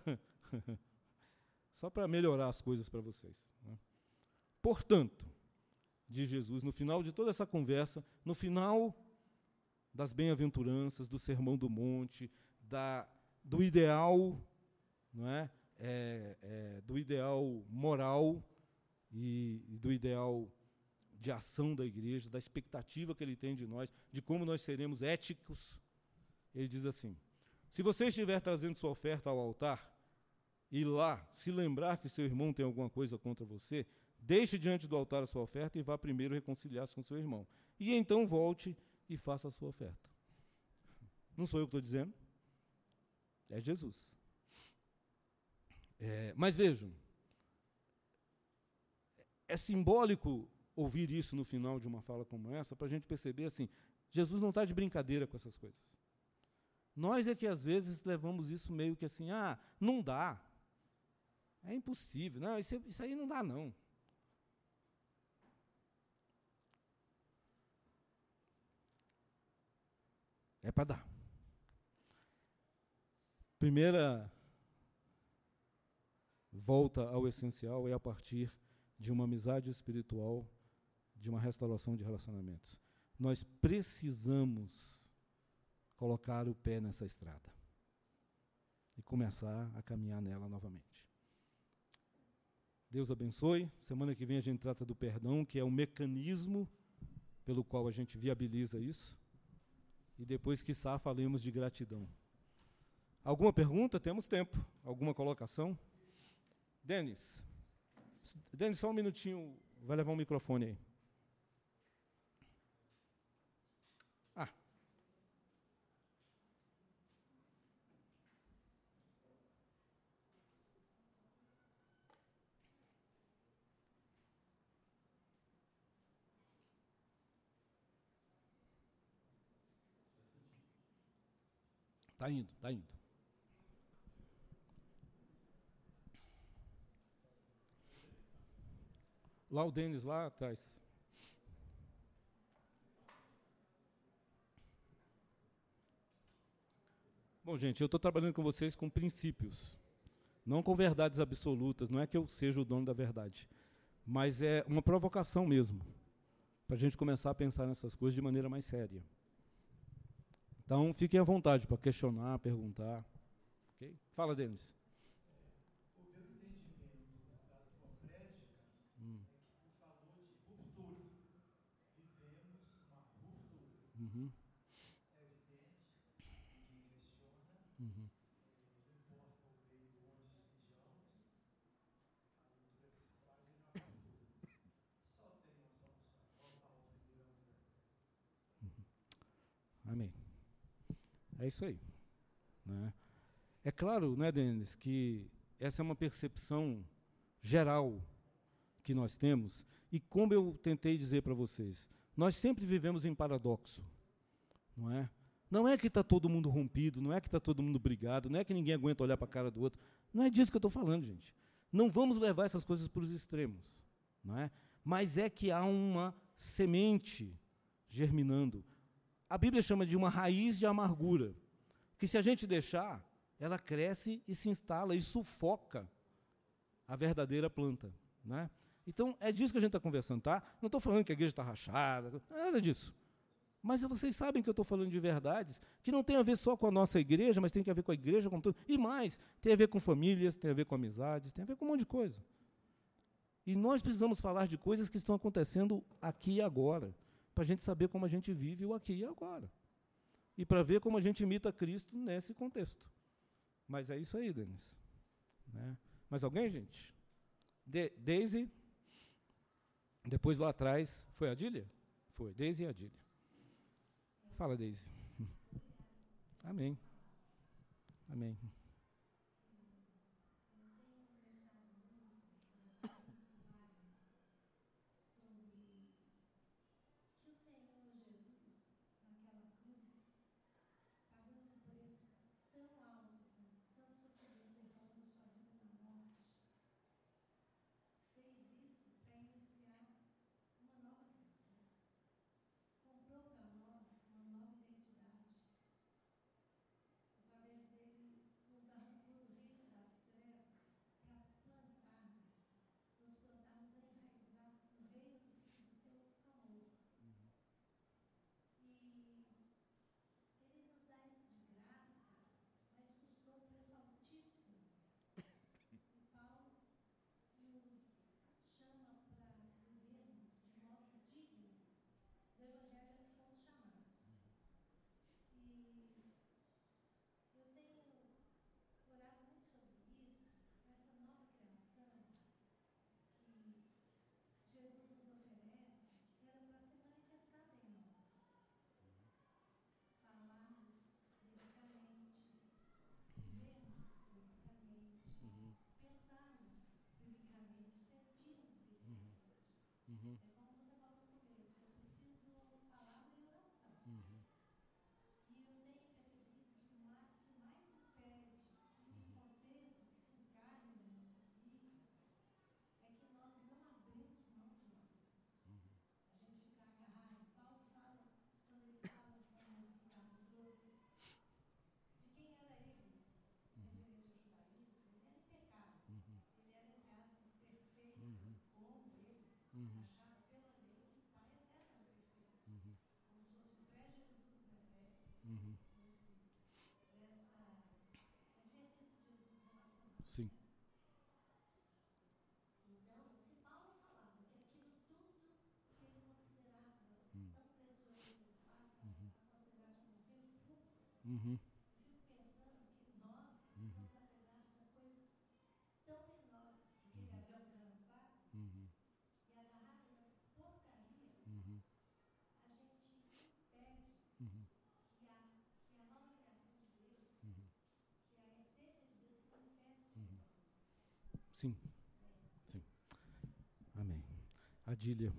S2: melhorar as coisas para vocês. Né? Portanto, diz Jesus, no final de toda essa conversa, no final das bem-aventuranças, do Sermão do Monte, do ideal, não é? Do ideal moral e do ideal de ação da igreja, da expectativa que ele tem de nós, de como nós seremos éticos. Ele diz assim: se você estiver trazendo sua oferta ao altar e lá se lembrar que seu irmão tem alguma coisa contra você, deixe diante do altar a sua oferta e vá primeiro reconciliar-se com seu irmão. E então volte e faça a sua oferta. Não sou eu que estou dizendo, é Jesus. Mas vejam, é simbólico ouvir isso no final de uma fala como essa, para a gente perceber assim, Jesus não está de brincadeira com essas coisas. Nós é que às vezes levamos isso meio que assim, não dá, é impossível, não, isso aí não dá não. É para dar. Primeira volta ao essencial é a partir de uma amizade espiritual, de uma restauração de relacionamentos. Nós precisamos colocar o pé nessa estrada e começar a caminhar nela novamente. Deus abençoe. Semana que vem a gente trata do perdão, que é o mecanismo pelo qual a gente viabiliza isso. E depois, quiçá, falemos de gratidão. Alguma pergunta? Temos tempo. Alguma colocação? Denis, só um minutinho, vai levar um microfone aí. Tá indo. Lá o Denis, lá atrás. Bom, gente, eu estou trabalhando com vocês com princípios, não com verdades absolutas. Não é que eu seja o dono da verdade, mas é uma provocação mesmo, para a gente começar a pensar nessas coisas de maneira mais séria. Então, fiquem à vontade para questionar, perguntar. Okay? Fala, Denis.
S1: O meu entendimento da apologética é que tu falou de ruptura. Vivemos uma ruptura.
S2: Uhum.
S1: É evidente, ninguém questiona.
S2: Uhum.
S1: Não importa o meio onde estejamos, a leitura que se faz é uma ruptura. Só tem uma solução, voltar ao primeiro amor.
S2: Amém. É isso aí. Né? É claro, né, Denis, que essa é uma percepção geral que nós temos, e como eu tentei dizer para vocês, nós sempre vivemos em paradoxo, não é? Não é que está todo mundo rompido, não é que está todo mundo brigado, não é que ninguém aguenta olhar para a cara do outro, não é disso que eu estou falando, gente. Não vamos levar essas coisas para os extremos, não é? Mas é que há uma semente germinando. A Bíblia chama de uma raiz de amargura, que se a gente deixar, ela cresce e se instala e sufoca a verdadeira planta, né? Então, é disso que a gente está conversando, tá? Não estou falando que a igreja está rachada, nada disso. Mas vocês sabem que eu estou falando de verdades que não tem a ver só com a nossa igreja, mas tem a ver com a igreja como todo. E mais, tem a ver com famílias, tem a ver com amizades, tem a ver com um monte de coisa. E nós precisamos falar de coisas que estão acontecendo aqui e agora, para a gente saber como a gente vive o aqui e agora. E para ver como a gente imita Cristo nesse contexto. Mas é isso aí, Denis. Né? Mais alguém, gente? Daisy. Depois lá atrás, foi a Adília? Foi, Daisy e a Adília. Fala, Daisy. Amém. Amém. Uhum.
S3: Eu fico pensando que nós estamos apegados a coisas tão menores que querer alcançar e agarrado nessas porcarias, a gente impede que a nova criação de Deus, que a essência de Deus se manifeste em nós.
S2: Sim. Sim. Amém. Adília.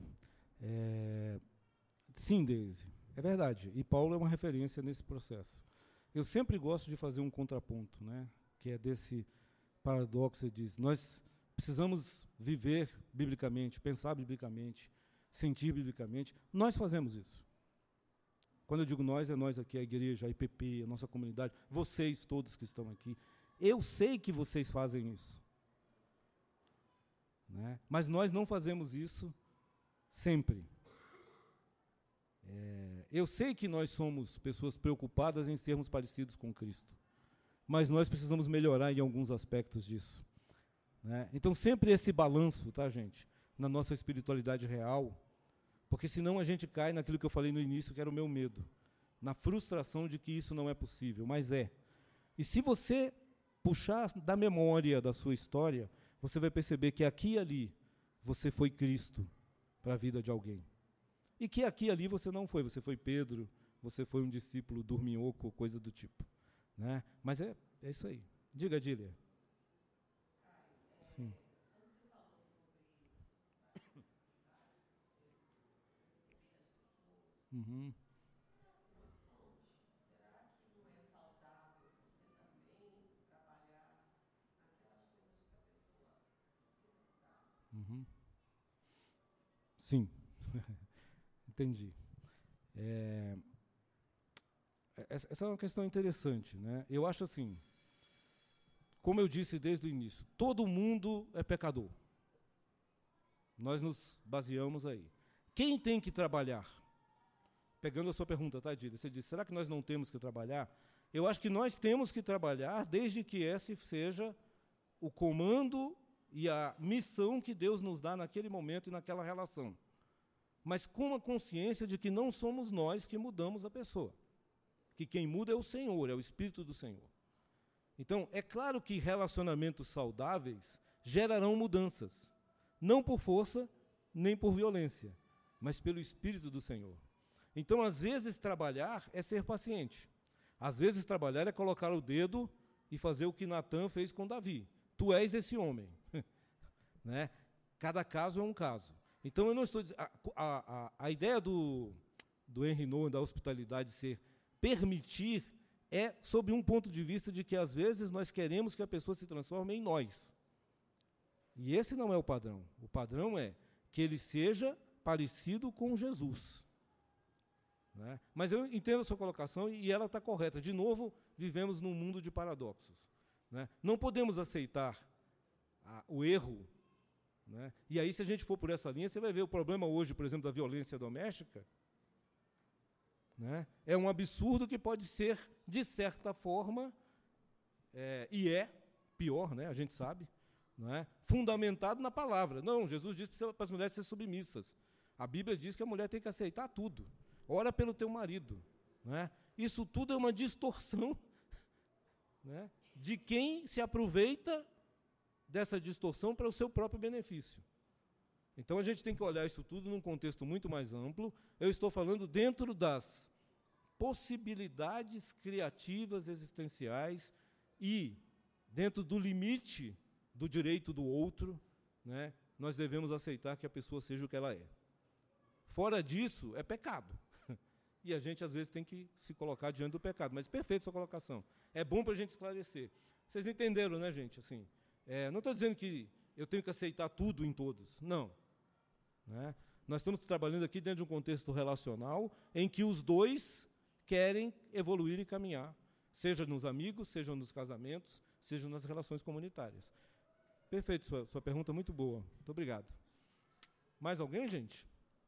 S2: Sim, Deise, é verdade. E Paulo é uma referência nesse processo. Eu sempre gosto de fazer um contraponto, né, que é desse paradoxo, diz, nós precisamos viver biblicamente, pensar biblicamente, sentir biblicamente. Nós fazemos isso. Quando eu digo nós, é nós aqui, a igreja, a IPP, a nossa comunidade, vocês todos que estão aqui. Eu sei que vocês fazem isso. Né? Mas nós não fazemos isso sempre. Eu sei que nós somos pessoas preocupadas em sermos parecidos com Cristo, mas nós precisamos melhorar em alguns aspectos disso. Né? Então, sempre esse balanço, tá, gente, na nossa espiritualidade real, porque senão a gente cai naquilo que eu falei no início, que era o meu medo, na frustração de que isso não é possível, mas é. E se você puxar da memória da sua história, você vai perceber que aqui e ali você foi Cristo para a vida de alguém. E que aqui e ali você não foi. Você foi Pedro, você foi um discípulo dorminhoco, coisa do tipo. Né? Mas é isso aí. Diga, Adília. Sim.
S4: Quando você falou sobre a dificuldade de você receber as pessoas,
S2: Uhum.
S4: será que não é saudável você também trabalhar naquelas coisas que a pessoa precisa mudar?
S2: Uhum. Sim. Entendi. Essa é uma questão interessante, né? Eu acho assim, como eu disse desde o início, todo mundo é pecador. Nós nos baseamos aí. Quem tem que trabalhar? Pegando a sua pergunta, tá, Dília? Você disse, será que nós não temos que trabalhar? Eu acho que nós temos que trabalhar desde que esse seja o comando e a missão que Deus nos dá naquele momento e naquela relação. Mas com a consciência de que não somos nós que mudamos a pessoa. Que quem muda é o Senhor, é o Espírito do Senhor. Então, é claro que relacionamentos saudáveis gerarão mudanças. Não por força, nem por violência, mas pelo Espírito do Senhor. Então, às vezes, trabalhar é ser paciente. Às vezes, trabalhar é colocar o dedo e fazer o que Natã fez com Davi. Tu és esse homem. Né? Cada caso é um caso. Então, eu não estou dizendo... A ideia do Henry Nouwen, da hospitalidade, ser permitir, é sob um ponto de vista de que, às vezes, nós queremos que a pessoa se transforme em nós. E esse não é o padrão. O padrão é que ele seja parecido com Jesus. Né? Mas eu entendo a sua colocação e ela está correta. De novo, vivemos num mundo de paradoxos. Né? Não podemos aceitar o erro. Né? E aí, se a gente for por essa linha, você vai ver o problema hoje, por exemplo, da violência doméstica. Né? É um absurdo que pode ser, de certa forma, e é pior, né? A gente sabe, não é? Fundamentado na palavra. Não, Jesus disse para as mulheres serem submissas. A Bíblia diz que a mulher tem que aceitar tudo. Ora pelo teu marido. Né? Isso tudo é uma distorção, né, de quem se aproveita dessa distorção para o seu próprio benefício. Então, a gente tem que olhar isso tudo num contexto muito mais amplo. Eu estou falando dentro das possibilidades criativas existenciais e dentro do limite do direito do outro, né, nós devemos aceitar que a pessoa seja o que ela é. Fora disso, é pecado. E a gente, às vezes, tem que se colocar diante do pecado. Mas perfeita sua colocação. É bom para a gente esclarecer. Vocês entenderam, né, gente? Assim, não estou dizendo que eu tenho que aceitar tudo em todos. Não. Né? Nós estamos trabalhando aqui dentro de um contexto relacional em que os dois querem evoluir e caminhar, seja nos amigos, seja nos casamentos, seja nas relações comunitárias. Perfeito, sua pergunta é muito boa. Muito obrigado. Mais alguém, gente?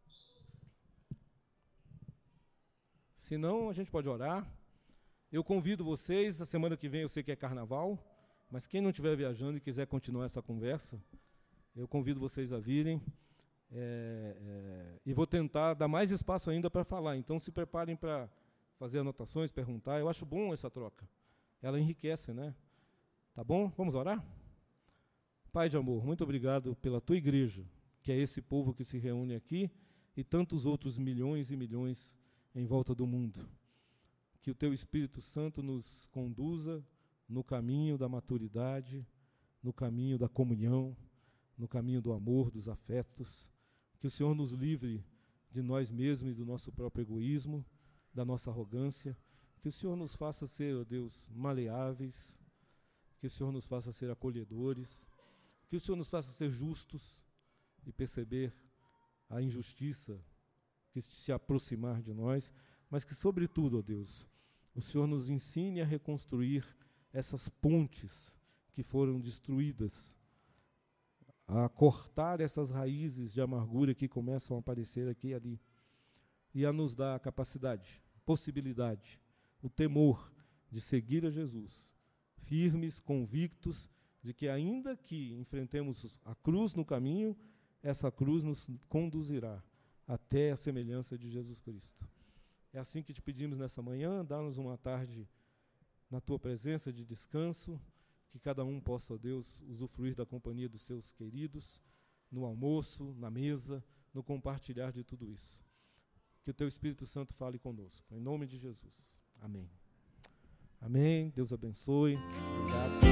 S2: Se não, a gente pode orar. Eu convido vocês, a semana que vem eu sei que é carnaval, mas quem não estiver viajando e quiser continuar essa conversa, eu convido vocês a virem. E vou tentar dar mais espaço ainda para falar. Então, se preparem para fazer anotações, perguntar. Eu acho bom essa troca. Ela enriquece, né? Tá bom? Vamos orar? Pai de amor, muito obrigado pela tua igreja, que é esse povo que se reúne aqui e tantos outros milhões e milhões em volta do mundo. Que o teu Espírito Santo nos conduza no caminho da maturidade, no caminho da comunhão, no caminho do amor, dos afetos. Que o Senhor nos livre de nós mesmos e do nosso próprio egoísmo, da nossa arrogância. Que o Senhor nos faça ser, ó Deus, maleáveis. Que o Senhor nos faça ser acolhedores. Que o Senhor nos faça ser justos e perceber a injustiça que se aproximar de nós, mas que, sobretudo, ó Deus, o Senhor nos ensine a reconstruir essas pontes que foram destruídas, a cortar essas raízes de amargura que começam a aparecer aqui e ali, e a nos dar a capacidade, possibilidade, o temor de seguir a Jesus, firmes, convictos de que, ainda que enfrentemos a cruz no caminho, essa cruz nos conduzirá até a semelhança de Jesus Cristo. É assim que te pedimos nessa manhã, dá-nos uma tarde na tua presença de descanso, que cada um possa, ó Deus, usufruir da companhia dos seus queridos, no almoço, na mesa, no compartilhar de tudo isso. Que o teu Espírito Santo fale conosco, em nome de Jesus. Amém. Amém. Deus abençoe. Obrigado.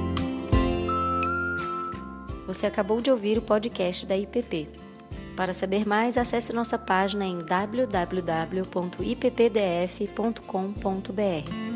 S5: Você acabou de ouvir o podcast da IPP. Para saber mais, acesse nossa página em www.ippdf.com.br.